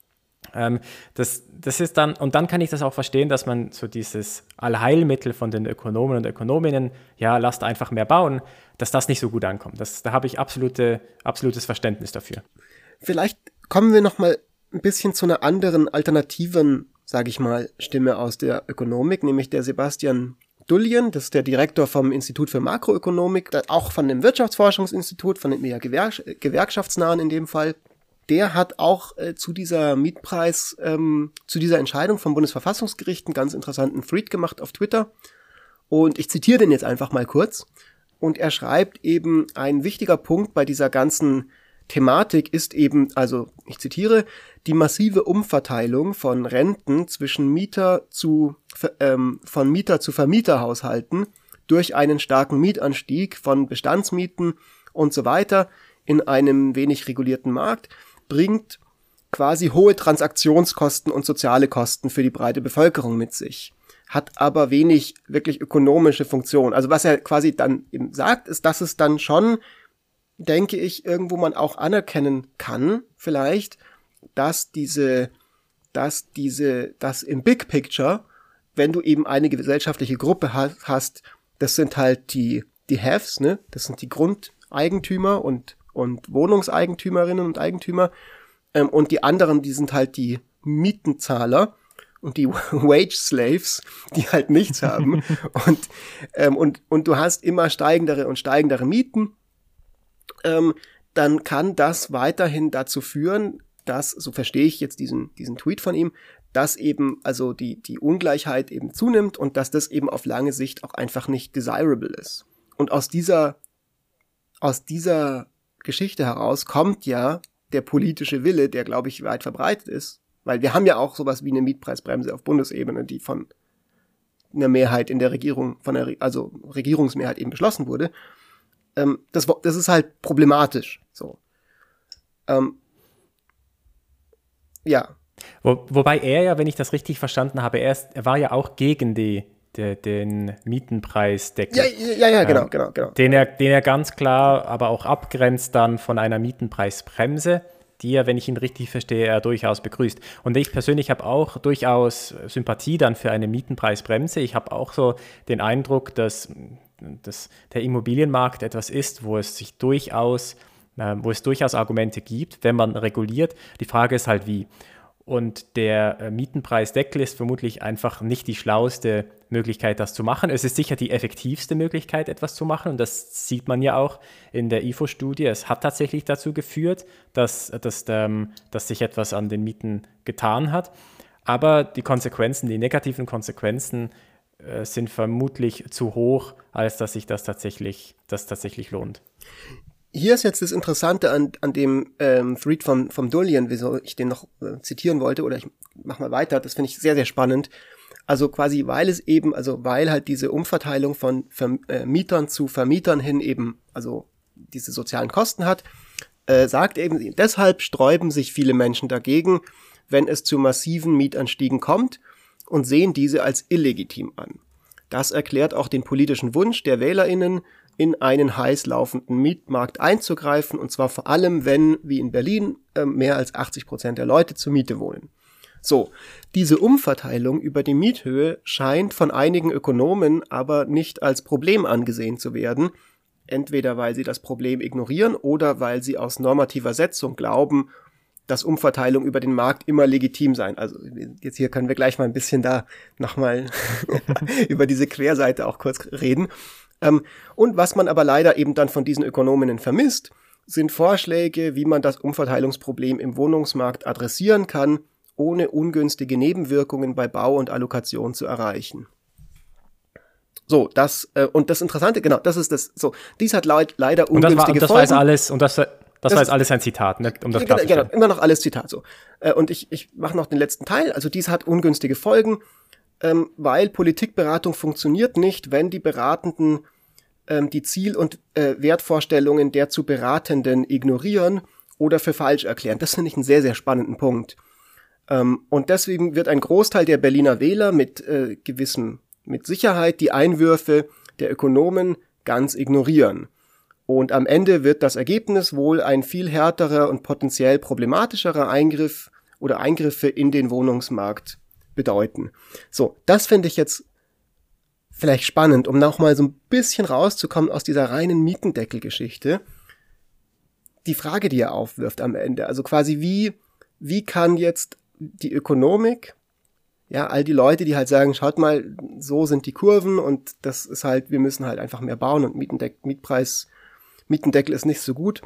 S2: Das ist dann, und dann kann ich das auch verstehen, dass man so dieses Allheilmittel von den Ökonomen und Ökonominnen, ja, lasst einfach mehr bauen, dass das nicht so gut ankommt. Da habe ich absolutes Verständnis dafür.
S1: Vielleicht kommen wir noch mal ein bisschen zu einer anderen, alternativen, sage ich mal, Stimme aus der Ökonomik, nämlich der Sebastian Dullien, das ist der Direktor vom Institut für Makroökonomik, auch von dem Wirtschaftsforschungsinstitut, von dem eher gewerkschaftsnahen in dem Fall. Der hat auch zu dieser Entscheidung vom Bundesverfassungsgericht einen ganz interessanten Thread gemacht auf Twitter. Und ich zitiere den jetzt einfach mal kurz. Und er schreibt eben, ein wichtiger Punkt bei dieser ganzen Thematik ist eben, also ich zitiere, die massive Umverteilung von Renten zwischen von Mieter zu Vermieterhaushalten durch einen starken Mietanstieg von Bestandsmieten und so weiter in einem wenig regulierten Markt bringt quasi hohe Transaktionskosten und soziale Kosten für die breite Bevölkerung mit sich, hat aber wenig wirklich ökonomische Funktion. Also was er quasi dann eben sagt, ist, dass es dann schon, denke ich, irgendwo man auch anerkennen kann, vielleicht, dass im Big Picture, wenn du eben eine gesellschaftliche Gruppe hast, das sind halt die Haves, ne? Das sind die Grundeigentümer und Wohnungseigentümerinnen und Eigentümer, und die anderen, die sind halt die Mietenzahler und die Wage Slaves, die halt nichts haben. Und du hast immer steigendere und steigendere Mieten, dann kann das weiterhin dazu führen, dass, so verstehe ich jetzt diesen Tweet von ihm, dass eben also die Ungleichheit eben zunimmt und dass das eben auf lange Sicht auch einfach nicht desirable ist. Und aus dieser Geschichte heraus kommt ja der politische Wille, der, glaube ich, weit verbreitet ist, weil wir haben ja auch sowas wie eine Mietpreisbremse auf Bundesebene, die von einer Mehrheit in der Regierung, also Regierungsmehrheit eben beschlossen wurde. Das ist halt problematisch. So. Ja.
S2: Wobei er ja, wenn ich das richtig verstanden habe, er war ja auch gegen den Mietenpreisdeckel.
S1: Ja, genau.
S2: Den er ganz klar aber auch abgrenzt dann von einer Mietenpreisbremse, die er, wenn ich ihn richtig verstehe, er durchaus begrüßt. Und ich persönlich habe auch durchaus Sympathie dann für eine Mietenpreisbremse. Ich habe auch so den Eindruck, dass der Immobilienmarkt etwas ist, wo es durchaus Argumente gibt, wenn man reguliert. Die Frage ist halt wie. Und der Mietenpreisdeckel ist vermutlich einfach nicht die schlauste Möglichkeit, das zu machen. Es ist sicher die effektivste Möglichkeit, etwas zu machen. Und das sieht man ja auch in der IFO-Studie. Es hat tatsächlich dazu geführt, dass sich etwas an den Mieten getan hat. Aber die negativen Konsequenzen sind vermutlich zu hoch, als dass sich das tatsächlich lohnt.
S1: Hier ist jetzt das Interessante an dem Thread vom Dullian, wieso ich den noch zitieren wollte, oder ich mach mal weiter, das finde ich sehr, sehr spannend. Also quasi, weil halt diese Umverteilung von Mietern zu Vermietern hin eben, also diese sozialen Kosten hat, sagt eben, deshalb sträuben sich viele Menschen dagegen, wenn es zu massiven Mietanstiegen kommt und sehen diese als illegitim an. Das erklärt auch den politischen Wunsch der WählerInnen, in einen heiß laufenden Mietmarkt einzugreifen, und zwar vor allem, wenn, wie in Berlin, mehr als 80% der Leute zur Miete wohnen. So, diese Umverteilung über die Miethöhe scheint von einigen Ökonomen aber nicht als Problem angesehen zu werden, entweder weil sie das Problem ignorieren oder weil sie aus normativer Setzung glauben, dass Umverteilung über den Markt immer legitim sein. Also jetzt hier können wir gleich mal ein bisschen da nochmal über diese Querseite auch kurz reden. Und was man aber leider eben dann von diesen Ökonominnen vermisst, sind Vorschläge, wie man das Umverteilungsproblem im Wohnungsmarkt adressieren kann, ohne ungünstige Nebenwirkungen bei Bau und Allokation zu erreichen. So, und das Interessante, genau, das ist das, so, dies hat leider ungünstige
S2: Folgen. Das war jetzt alles ein Zitat, ne, um das klarzustellen.
S1: Genau, immer noch alles Zitat, so. Und ich mache noch den letzten Teil, also dies hat ungünstige Folgen, weil Politikberatung funktioniert nicht, wenn die Beratenden die Ziel- und Wertvorstellungen der zu Beratenden ignorieren oder für falsch erklären. Das finde ich einen sehr, sehr spannenden Punkt. Und deswegen wird ein Großteil der Berliner Wähler mit Sicherheit die Einwürfe der Ökonomen ganz ignorieren. Und am Ende wird das Ergebnis wohl ein viel härterer und potenziell problematischerer Eingriff oder Eingriffe in den Wohnungsmarkt bedeuten. So, das finde ich jetzt vielleicht spannend, um noch mal so ein bisschen rauszukommen aus dieser reinen Mietendeckelgeschichte. Die Frage, die er aufwirft am Ende, also quasi wie kann jetzt die Ökonomik, ja, all die Leute, die halt sagen, schaut mal, so sind die Kurven und das ist halt, wir müssen halt einfach mehr bauen und Mietendeckel ist nicht so gut,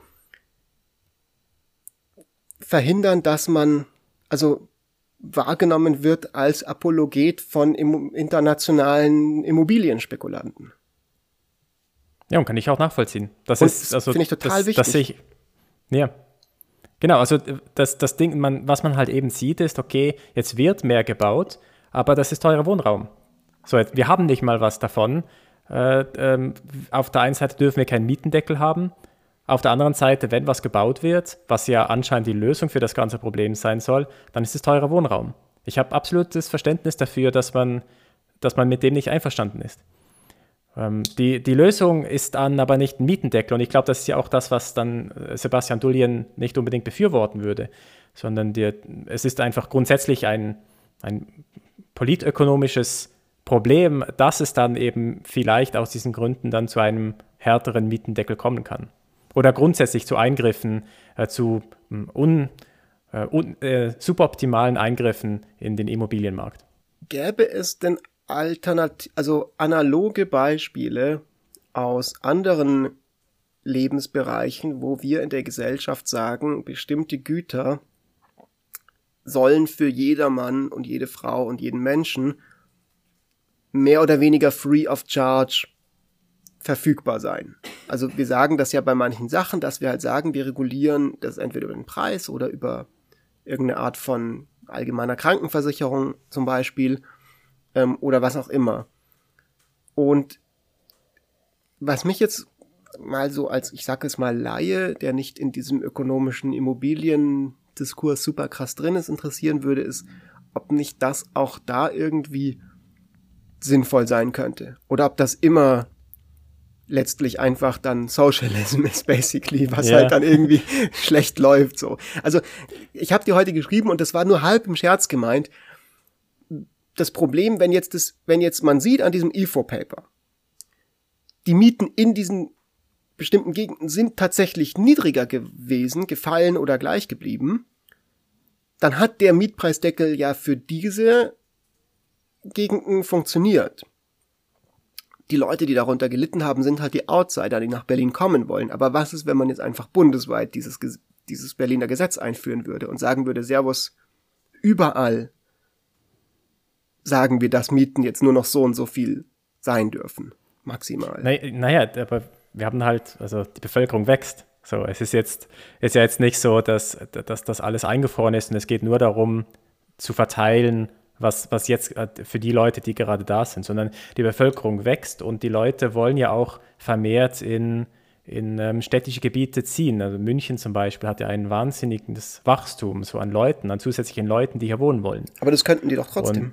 S1: verhindern, dass man, also wahrgenommen wird als Apologet von internationalen Immobilienspekulanten.
S2: Ja, und kann ich auch nachvollziehen. Das
S1: Und
S2: ist, also,
S1: finde ich total wichtig.
S2: Ja, genau, also das Ding, was man halt eben sieht, ist, okay, jetzt wird mehr gebaut, aber das ist teurer Wohnraum. So, wir haben nicht mal was davon. Auf der einen Seite dürfen wir keinen Mietendeckel haben. Auf der anderen Seite, wenn was gebaut wird, was ja anscheinend die Lösung für das ganze Problem sein soll, dann ist es teurer Wohnraum. Ich habe absolutes Verständnis dafür, dass man mit dem nicht einverstanden ist. Die Lösung ist dann aber nicht ein Mietendeckel. Und ich glaube, das ist ja auch das, was dann Sebastian Dullien nicht unbedingt befürworten würde, sondern es ist einfach grundsätzlich ein politökonomisches Problem, dass es dann eben vielleicht aus diesen Gründen dann zu einem härteren Mietendeckel kommen kann. Oder grundsätzlich zu Eingriffen, zu suboptimalen Eingriffen in den Immobilienmarkt.
S1: Gäbe es denn also analoge Beispiele aus anderen Lebensbereichen, wo wir in der Gesellschaft sagen, bestimmte Güter sollen für jedermann und jede Frau und jeden Menschen mehr oder weniger free of charge verfügbar sein. Also wir sagen das ja bei manchen Sachen, dass wir halt sagen, wir regulieren das entweder über den Preis oder über irgendeine Art von allgemeiner Krankenversicherung zum Beispiel oder was auch immer. Und was mich jetzt mal so als, ich sage es mal, Laie, der nicht in diesem ökonomischen Immobiliendiskurs super krass drin ist, interessieren würde, ist, ob nicht das auch da irgendwie sinnvoll sein könnte. Oder ob das immer letztlich einfach dann Socialism ist, basically, was halt dann irgendwie schlecht läuft. So. Also ich habe dir heute geschrieben und das war nur halb im Scherz gemeint. Das Problem, wenn jetzt man sieht an diesem IFO-Paper, die Mieten in diesen bestimmten Gegenden sind tatsächlich niedriger gewesen, gefallen oder gleich geblieben, dann hat der Mietpreisdeckel ja für diese Gegenden funktioniert. Die Leute, die darunter gelitten haben, sind halt die Outsider, die nach Berlin kommen wollen. Aber was ist, wenn man jetzt einfach bundesweit dieses Berliner Gesetz einführen würde und sagen würde, Servus, überall sagen wir, dass Mieten jetzt nur noch so und so viel sein dürfen, maximal.
S2: Naja, aber wir haben halt, also die Bevölkerung wächst. So, es ist ja jetzt nicht so, dass das alles eingefroren ist und es geht nur darum, zu verteilen, was jetzt für die Leute, die gerade da sind, sondern die Bevölkerung wächst und die Leute wollen ja auch vermehrt in städtische Gebiete ziehen. Also München zum Beispiel hat ja ein wahnsinniges Wachstum so an Leuten, an zusätzlichen Leuten, die hier wohnen wollen.
S1: Aber das könnten die doch trotzdem.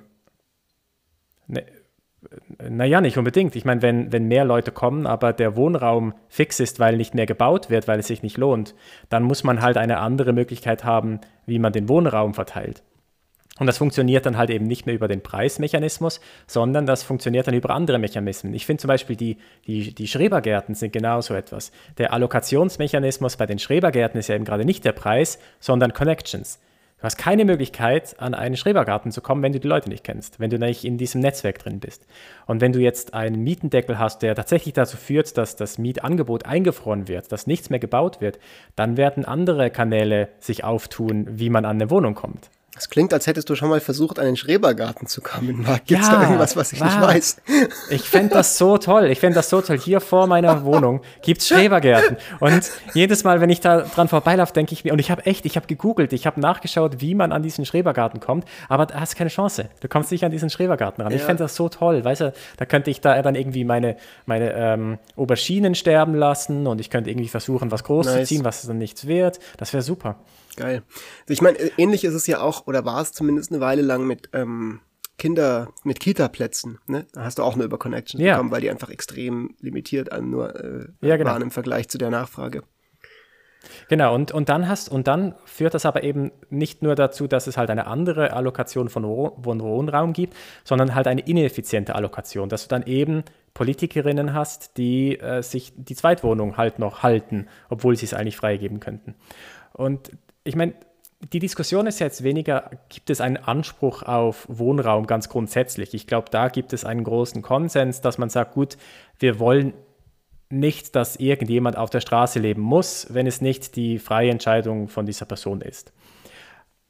S2: Naja, nicht unbedingt. Ich meine, wenn mehr Leute kommen, aber der Wohnraum fix ist, weil nicht mehr gebaut wird, weil es sich nicht lohnt, dann muss man halt eine andere Möglichkeit haben, wie man den Wohnraum verteilt. Und das funktioniert dann halt eben nicht mehr über den Preismechanismus, sondern das funktioniert dann über andere Mechanismen. Ich finde zum Beispiel, die Schrebergärten sind genauso etwas. Der Allokationsmechanismus bei den Schrebergärten ist ja eben gerade nicht der Preis, sondern Connections. Du hast keine Möglichkeit, an einen Schrebergarten zu kommen, wenn du die Leute nicht kennst, wenn du nicht in diesem Netzwerk drin bist. Und wenn du jetzt einen Mietendeckel hast, der tatsächlich dazu führt, dass das Mietangebot eingefroren wird, dass nichts mehr gebaut wird, dann werden andere Kanäle sich auftun, wie man an eine Wohnung kommt.
S1: Das klingt, als hättest du schon mal versucht, an den Schrebergarten zu kommen. Gibt es da irgendwas, was ich nicht weiß?
S2: Ich fände das so toll. Hier vor meiner Wohnung gibt es Schrebergärten. Und jedes Mal, wenn ich da dran vorbeilaufe, denke ich mir, und ich habe gegoogelt, ich habe nachgeschaut, wie man an diesen Schrebergarten kommt, aber da hast du keine Chance. Du kommst nicht an diesen Schrebergarten ran. Ja. Ich fände das so toll. Weißt du, da könnte ich da dann irgendwie meine Auberginen sterben lassen und ich könnte irgendwie versuchen, was groß zu ziehen, was dann nichts wird. Das wäre super.
S1: Geil. Ich meine, ähnlich ist es ja auch, oder war es zumindest eine Weile lang mit Kita-Plätzen. Ne? Da hast du auch nur über Connections bekommen, weil die einfach extrem limitiert waren im Vergleich zu der Nachfrage.
S2: Genau, und dann führt das aber eben nicht nur dazu, dass es halt eine andere Allokation von Wohnraum gibt, sondern halt eine ineffiziente Allokation, dass du dann eben Politikerinnen hast, die sich die Zweitwohnung halt noch halten, obwohl sie es eigentlich freigeben könnten. Und ich meine, die Diskussion ist jetzt weniger, gibt es einen Anspruch auf Wohnraum ganz grundsätzlich? Ich glaube, da gibt es einen großen Konsens, dass man sagt, gut, wir wollen nicht, dass irgendjemand auf der Straße leben muss, wenn es nicht die freie Entscheidung von dieser Person ist.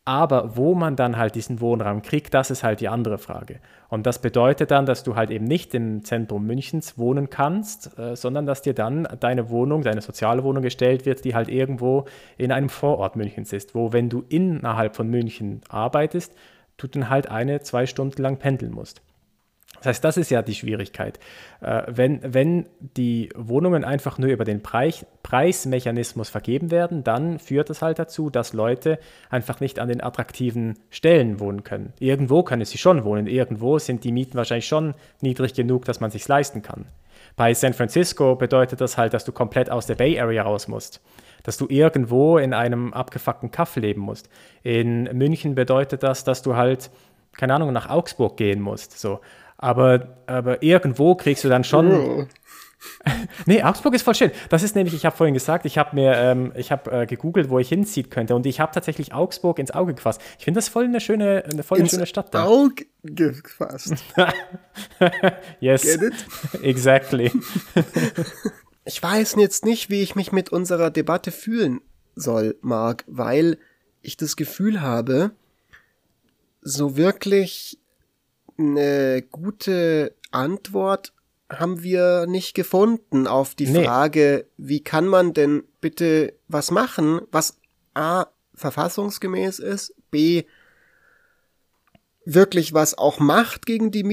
S2: Aber wo man dann halt diesen Wohnraum kriegt, das ist halt die andere Frage. Und das bedeutet dann, dass du halt eben nicht im Zentrum Münchens wohnen kannst, sondern dass dir dann deine Wohnung, deine soziale Wohnung gestellt wird, die halt irgendwo in einem Vorort Münchens ist, wo, wenn du innerhalb von München arbeitest, du dann halt 2 Stunden lang pendeln musst. Das heißt, das ist ja die Schwierigkeit. Wenn die Wohnungen einfach nur über den Preismechanismus vergeben werden, dann führt das halt dazu, dass Leute einfach nicht an den attraktiven Stellen wohnen können. Irgendwo können sie schon wohnen, irgendwo sind die Mieten wahrscheinlich schon niedrig genug, dass man es sich leisten kann. Bei San Francisco bedeutet das halt, dass du komplett aus der Bay Area raus musst. Dass du irgendwo in einem abgefuckten Kaff leben musst. In München bedeutet das, dass du halt, keine Ahnung, nach Augsburg gehen musst. So. Aber irgendwo kriegst du dann schon... Nee, Augsburg ist voll schön. Das ist nämlich, ich habe vorhin gesagt, ich habe gegoogelt, wo ich hinziehen könnte, und ich habe tatsächlich Augsburg ins Auge gefasst. Ich finde das voll eine schöne Stadt da.
S1: Ins Auge gefasst.
S2: Yes,
S1: Get it?
S2: Exactly.
S1: Ich weiß jetzt nicht, wie ich mich mit unserer Debatte fühlen soll, Marc, weil ich das Gefühl habe, so wirklich eine gute Antwort haben wir nicht gefunden auf die Frage, wie kann man denn bitte was machen, was A, verfassungsgemäß ist, B, wirklich was auch macht gegen die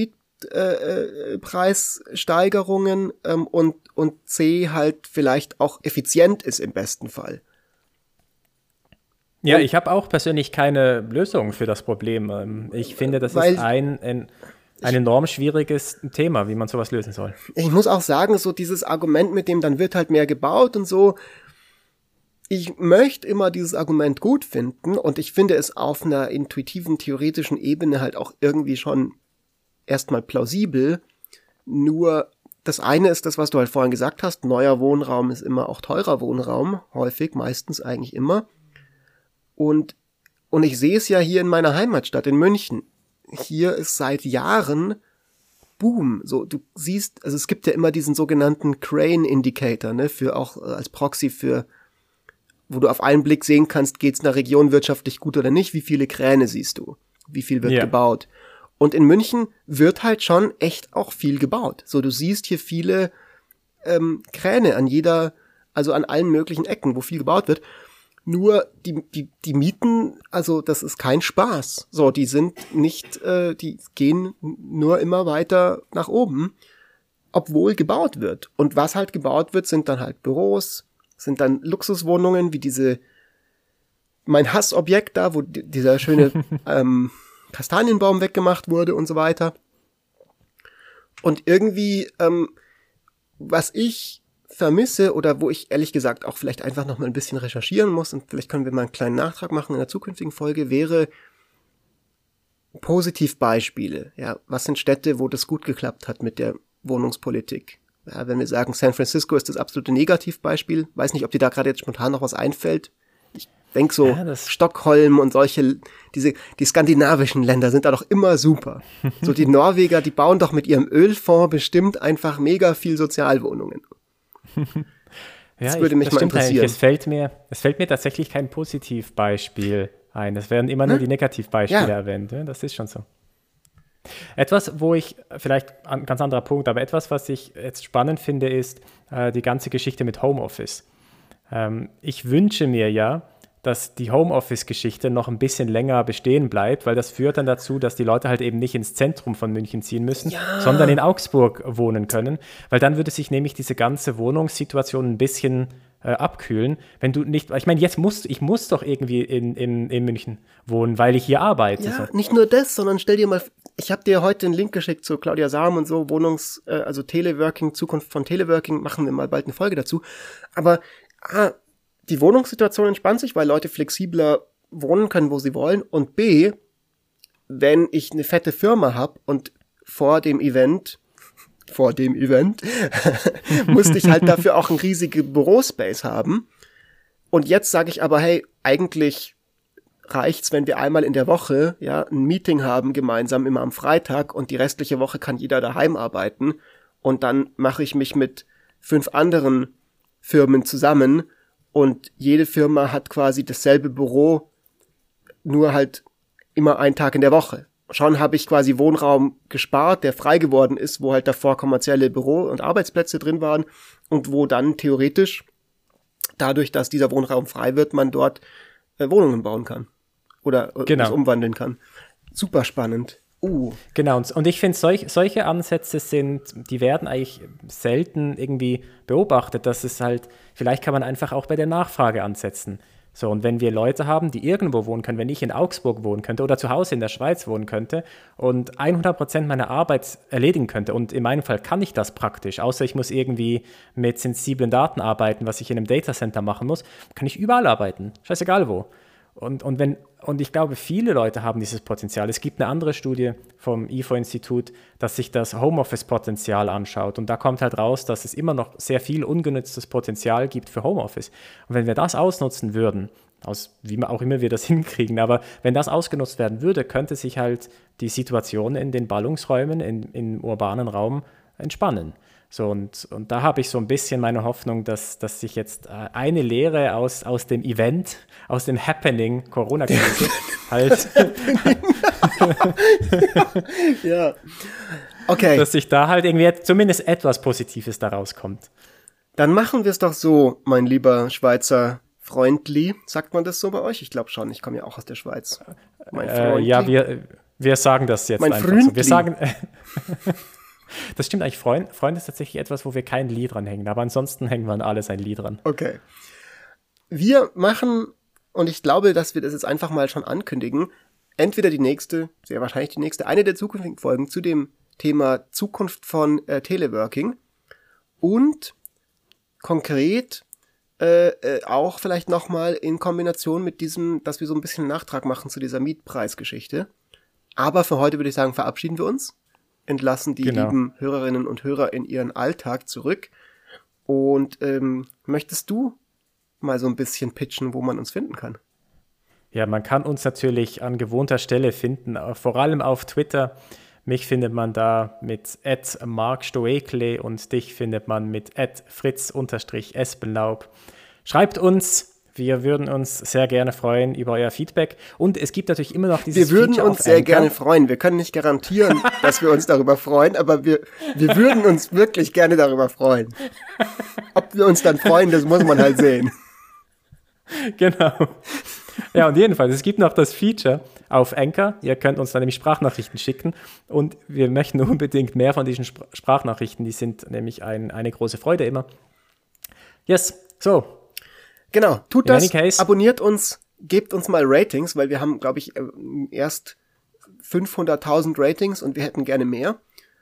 S1: Mietpreissteigerungen und C, halt vielleicht auch effizient ist im besten Fall.
S2: Ja, ich habe auch persönlich keine Lösung für das Problem. Ich finde, das ist ein enorm schwieriges Thema, wie man sowas lösen soll.
S1: Ich muss auch sagen, so dieses Argument mit dem, dann wird halt mehr gebaut und so, ich möchte immer dieses Argument gut finden, und ich finde es auf einer intuitiven, theoretischen Ebene halt auch irgendwie schon erstmal plausibel. Nur das eine ist das, was du halt vorhin gesagt hast, neuer Wohnraum ist immer auch teurer Wohnraum, häufig, meistens eigentlich immer. Und ich sehe es ja hier in meiner Heimatstadt in München. Hier ist seit Jahren Boom. So, du siehst, also es gibt ja immer diesen sogenannten Crane Indicator, ne, für auch als Proxy für, wo du auf einen Blick sehen kannst, geht's in der Region wirtschaftlich gut oder nicht, wie viele Kräne siehst du, wie viel wird gebaut. Und in München wird halt schon echt auch viel gebaut. So, du siehst hier viele Kräne also an allen möglichen Ecken, wo viel gebaut wird. Nur die Mieten, also das ist kein Spaß. So, die sind nicht, die gehen nur immer weiter nach oben, obwohl gebaut wird. Und was halt gebaut wird, sind dann halt Büros, sind dann Luxuswohnungen, wie mein Hassobjekt da, wo dieser schöne Kastanienbaum weggemacht wurde und so weiter. Und irgendwie, was ich vermisse oder wo ich ehrlich gesagt auch vielleicht einfach noch mal ein bisschen recherchieren muss, und vielleicht können wir mal einen kleinen Nachtrag machen in der zukünftigen Folge, wäre Positivbeispiele. Ja, was sind Städte, wo das gut geklappt hat mit der Wohnungspolitik? Ja, wenn wir sagen, San Francisco ist das absolute Negativbeispiel, weiß nicht, ob dir da gerade jetzt spontan noch was einfällt. Ich denke so, Stockholm und die skandinavischen Länder sind da doch immer super. So die Norweger, die bauen doch mit ihrem Ölfonds bestimmt einfach mega viel Sozialwohnungen. Das würde mich mal interessieren.
S2: Es fällt mir tatsächlich kein Positivbeispiel ein. Es werden immer nur die Negativbeispiele erwähnt. Ja? Das ist schon so. Etwas, wo ich, vielleicht ein ganz anderer Punkt, aber etwas, was ich jetzt spannend finde, ist die ganze Geschichte mit Homeoffice. Ich wünsche mir ja, dass die Homeoffice-Geschichte noch ein bisschen länger bestehen bleibt, weil das führt dann dazu, dass die Leute halt eben nicht ins Zentrum von München ziehen müssen, sondern in Augsburg wohnen können, weil dann würde sich nämlich diese ganze Wohnungssituation ein bisschen abkühlen, wenn du nicht, ich meine, ich muss doch irgendwie in München wohnen, weil ich hier arbeite.
S1: Ja, so. Nicht nur das, sondern stell dir mal, ich habe dir heute einen Link geschickt zu Claudia Sahm und so, also Teleworking, Zukunft von Teleworking, machen wir mal bald eine Folge dazu, aber die Wohnungssituation entspannt sich, weil Leute flexibler wohnen können, wo sie wollen. Und B, wenn ich eine fette Firma habe und vor dem Event musste ich halt dafür auch einen riesigen Bürospace haben. Und jetzt sage ich aber, hey, eigentlich reicht's, wenn wir einmal in der Woche ein Meeting haben gemeinsam, immer am Freitag, und die restliche Woche kann jeder daheim arbeiten. Und dann mache ich mich mit 5 anderen Firmen zusammen. Und jede Firma hat quasi dasselbe Büro nur halt immer einen Tag in der Woche. Schon habe ich quasi Wohnraum gespart, der frei geworden ist, wo halt davor kommerzielle Büro- und Arbeitsplätze drin waren und wo dann theoretisch, dadurch, dass dieser Wohnraum frei wird, man dort Wohnungen bauen kann oder es umwandeln kann. Super spannend.
S2: Genau, und ich finde, solche Ansätze die werden eigentlich selten irgendwie beobachtet, dass es halt, vielleicht kann man einfach auch bei der Nachfrage ansetzen. So, und wenn wir Leute haben, die irgendwo wohnen können, wenn ich in Augsburg wohnen könnte oder zu Hause in der Schweiz wohnen könnte und 100% meiner Arbeit erledigen könnte, und in meinem Fall kann ich das praktisch, außer ich muss irgendwie mit sensiblen Daten arbeiten, was ich in einem Datacenter machen muss, kann ich überall arbeiten, scheißegal wo. Und ich glaube, viele Leute haben dieses Potenzial. Es gibt eine andere Studie vom IFO-Institut, das sich das Homeoffice-Potenzial anschaut. Und da kommt halt raus, dass es immer noch sehr viel ungenutztes Potenzial gibt für Homeoffice. Und wenn wir das ausnutzen würden, wie auch immer wir das hinkriegen, aber wenn das ausgenutzt werden würde, könnte sich halt die Situation in den Ballungsräumen, im urbanen Raum entspannen. So, und da habe ich so ein bisschen meine Hoffnung, dass sich jetzt eine Lehre aus dem Event, aus dem Happening Corona-Krise halt
S1: ja. Okay.
S2: Dass sich da halt irgendwie zumindest etwas Positives daraus kommt.
S1: Dann machen wir es doch so, mein lieber Schweizer Freundli. Sagt man das so bei euch? Ich glaube schon, ich komme ja auch aus der Schweiz.
S2: Mein Freundli. Ja, wir sagen das jetzt
S1: mein
S2: einfach
S1: Freundli.
S2: so. Wir sagen... Das stimmt eigentlich, Freund ist tatsächlich etwas, wo wir kein Lied dran hängen, aber ansonsten hängen wir an alles ein Lied dran.
S1: Okay. Wir machen, und ich glaube, dass wir das jetzt einfach mal schon ankündigen, entweder die nächste, sehr wahrscheinlich die nächste, eine der zukünftigen Folgen zu dem Thema Zukunft von Teleworking und konkret auch vielleicht nochmal in Kombination mit diesem, dass wir so ein bisschen Nachtrag machen zu dieser Mietpreisgeschichte. Aber für heute würde ich sagen, verabschieden wir uns. Entlassen die lieben Hörerinnen und Hörer in ihren Alltag zurück. Und möchtest du mal so ein bisschen pitchen, wo man uns finden kann?
S2: Ja, man kann uns natürlich an gewohnter Stelle finden, vor allem auf Twitter. Mich findet man da mit @markstoekle und dich findet man mit @fritz_espenlaub. Schreibt uns. Wir würden uns sehr gerne freuen über euer Feedback. Und es gibt natürlich immer noch dieses
S1: Feature. Wir würden
S2: Feature
S1: uns sehr gerne freuen. Wir können nicht garantieren, dass wir uns darüber freuen, aber wir würden uns wirklich gerne darüber freuen. Ob wir uns dann freuen, das muss man halt sehen.
S2: Genau. Ja, und jedenfalls, es gibt noch das Feature auf Anchor. Ihr könnt uns dann nämlich Sprachnachrichten schicken. Und wir möchten unbedingt mehr von diesen Sprachnachrichten. Die sind nämlich eine große Freude immer. Yes, so.
S1: Genau, tut das, abonniert uns, gebt uns mal Ratings, weil wir haben, glaube ich, erst 500.000 Ratings und wir hätten gerne mehr.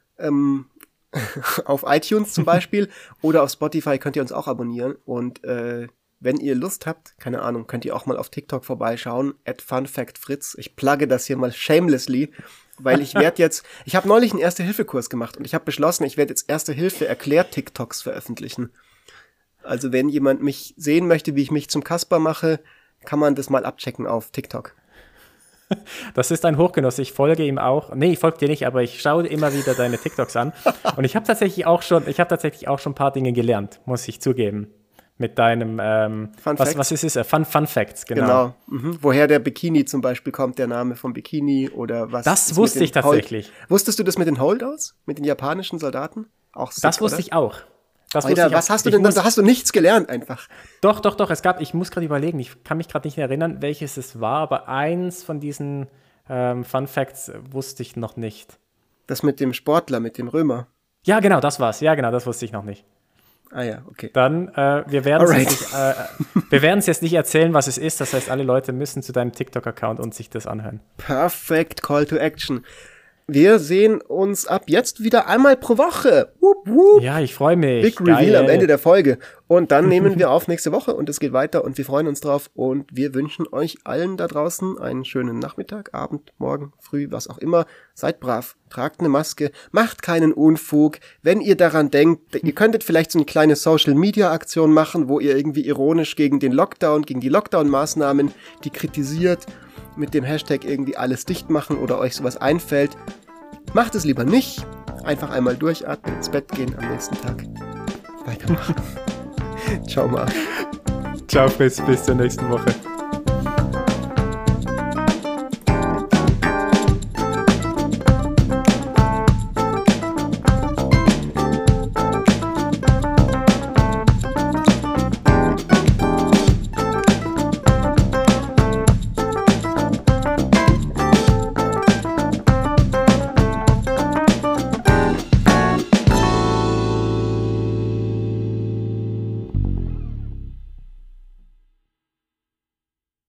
S1: Auf iTunes zum Beispiel oder auf Spotify könnt ihr uns auch abonnieren. Und wenn ihr Lust habt, keine Ahnung, könnt ihr auch mal auf TikTok vorbeischauen, @funfactfritz. Ich plugge das hier mal shamelessly, weil ich habe neulich einen Erste-Hilfe-Kurs gemacht und ich habe beschlossen, ich werde jetzt Erste-Hilfe-Erklärt-TikToks veröffentlichen. Also wenn jemand mich sehen möchte, wie ich mich zum Kasper mache, kann man das mal abchecken auf TikTok.
S2: Das ist ein Hochgenuss. Ich folge ihm auch. Nee, ich folge dir nicht, aber ich schaue immer wieder deine TikToks an. Und ich habe tatsächlich auch schon ein paar Dinge gelernt, muss ich zugeben. Mit deinem, was ist es? Fun Facts, genau.
S1: Woher der Bikini zum Beispiel kommt, der Name vom Bikini oder was.
S2: Das wusste ich tatsächlich.
S1: Wusstest du das mit den Holdouts? Mit den japanischen Soldaten? Auch sick,
S2: das wusste ich auch.
S1: Was hast du denn da? Hast du nichts gelernt einfach?
S2: Doch. Ich muss gerade überlegen, ich kann mich gerade nicht erinnern, welches es war, aber eins von diesen Fun Facts wusste ich noch nicht.
S1: Das mit dem Sportler, mit dem Römer.
S2: Ja, genau, das war's. Ja, genau, das wusste ich noch nicht.
S1: Ah ja, okay.
S2: Dann, wir werden es jetzt nicht erzählen, was es ist. Das heißt, alle Leute müssen zu deinem TikTok-Account und sich das anhören.
S1: Perfect Call to Action. Wir sehen uns ab jetzt wieder einmal pro Woche. Wupp, wupp.
S2: Ja, ich freue mich.
S1: Big Reveal am Ende der Folge. Und dann nehmen wir auf nächste Woche und es geht weiter und wir freuen uns drauf. Und wir wünschen euch allen da draußen einen schönen Nachmittag, Abend, Morgen, Früh, was auch immer. Seid brav, tragt eine Maske, macht keinen Unfug. Wenn ihr daran denkt, ihr könntet vielleicht so eine kleine Social-Media-Aktion machen, wo ihr irgendwie ironisch gegen den Lockdown, gegen die Lockdown-Maßnahmen, die kritisiert, mit dem Hashtag irgendwie alles dicht machen oder euch sowas einfällt. Macht es lieber nicht. Einfach einmal durchatmen, ins Bett gehen, am nächsten Tag weitermachen. Ciao, Marc.
S2: Ciao, Fritz, bis zur nächsten Woche.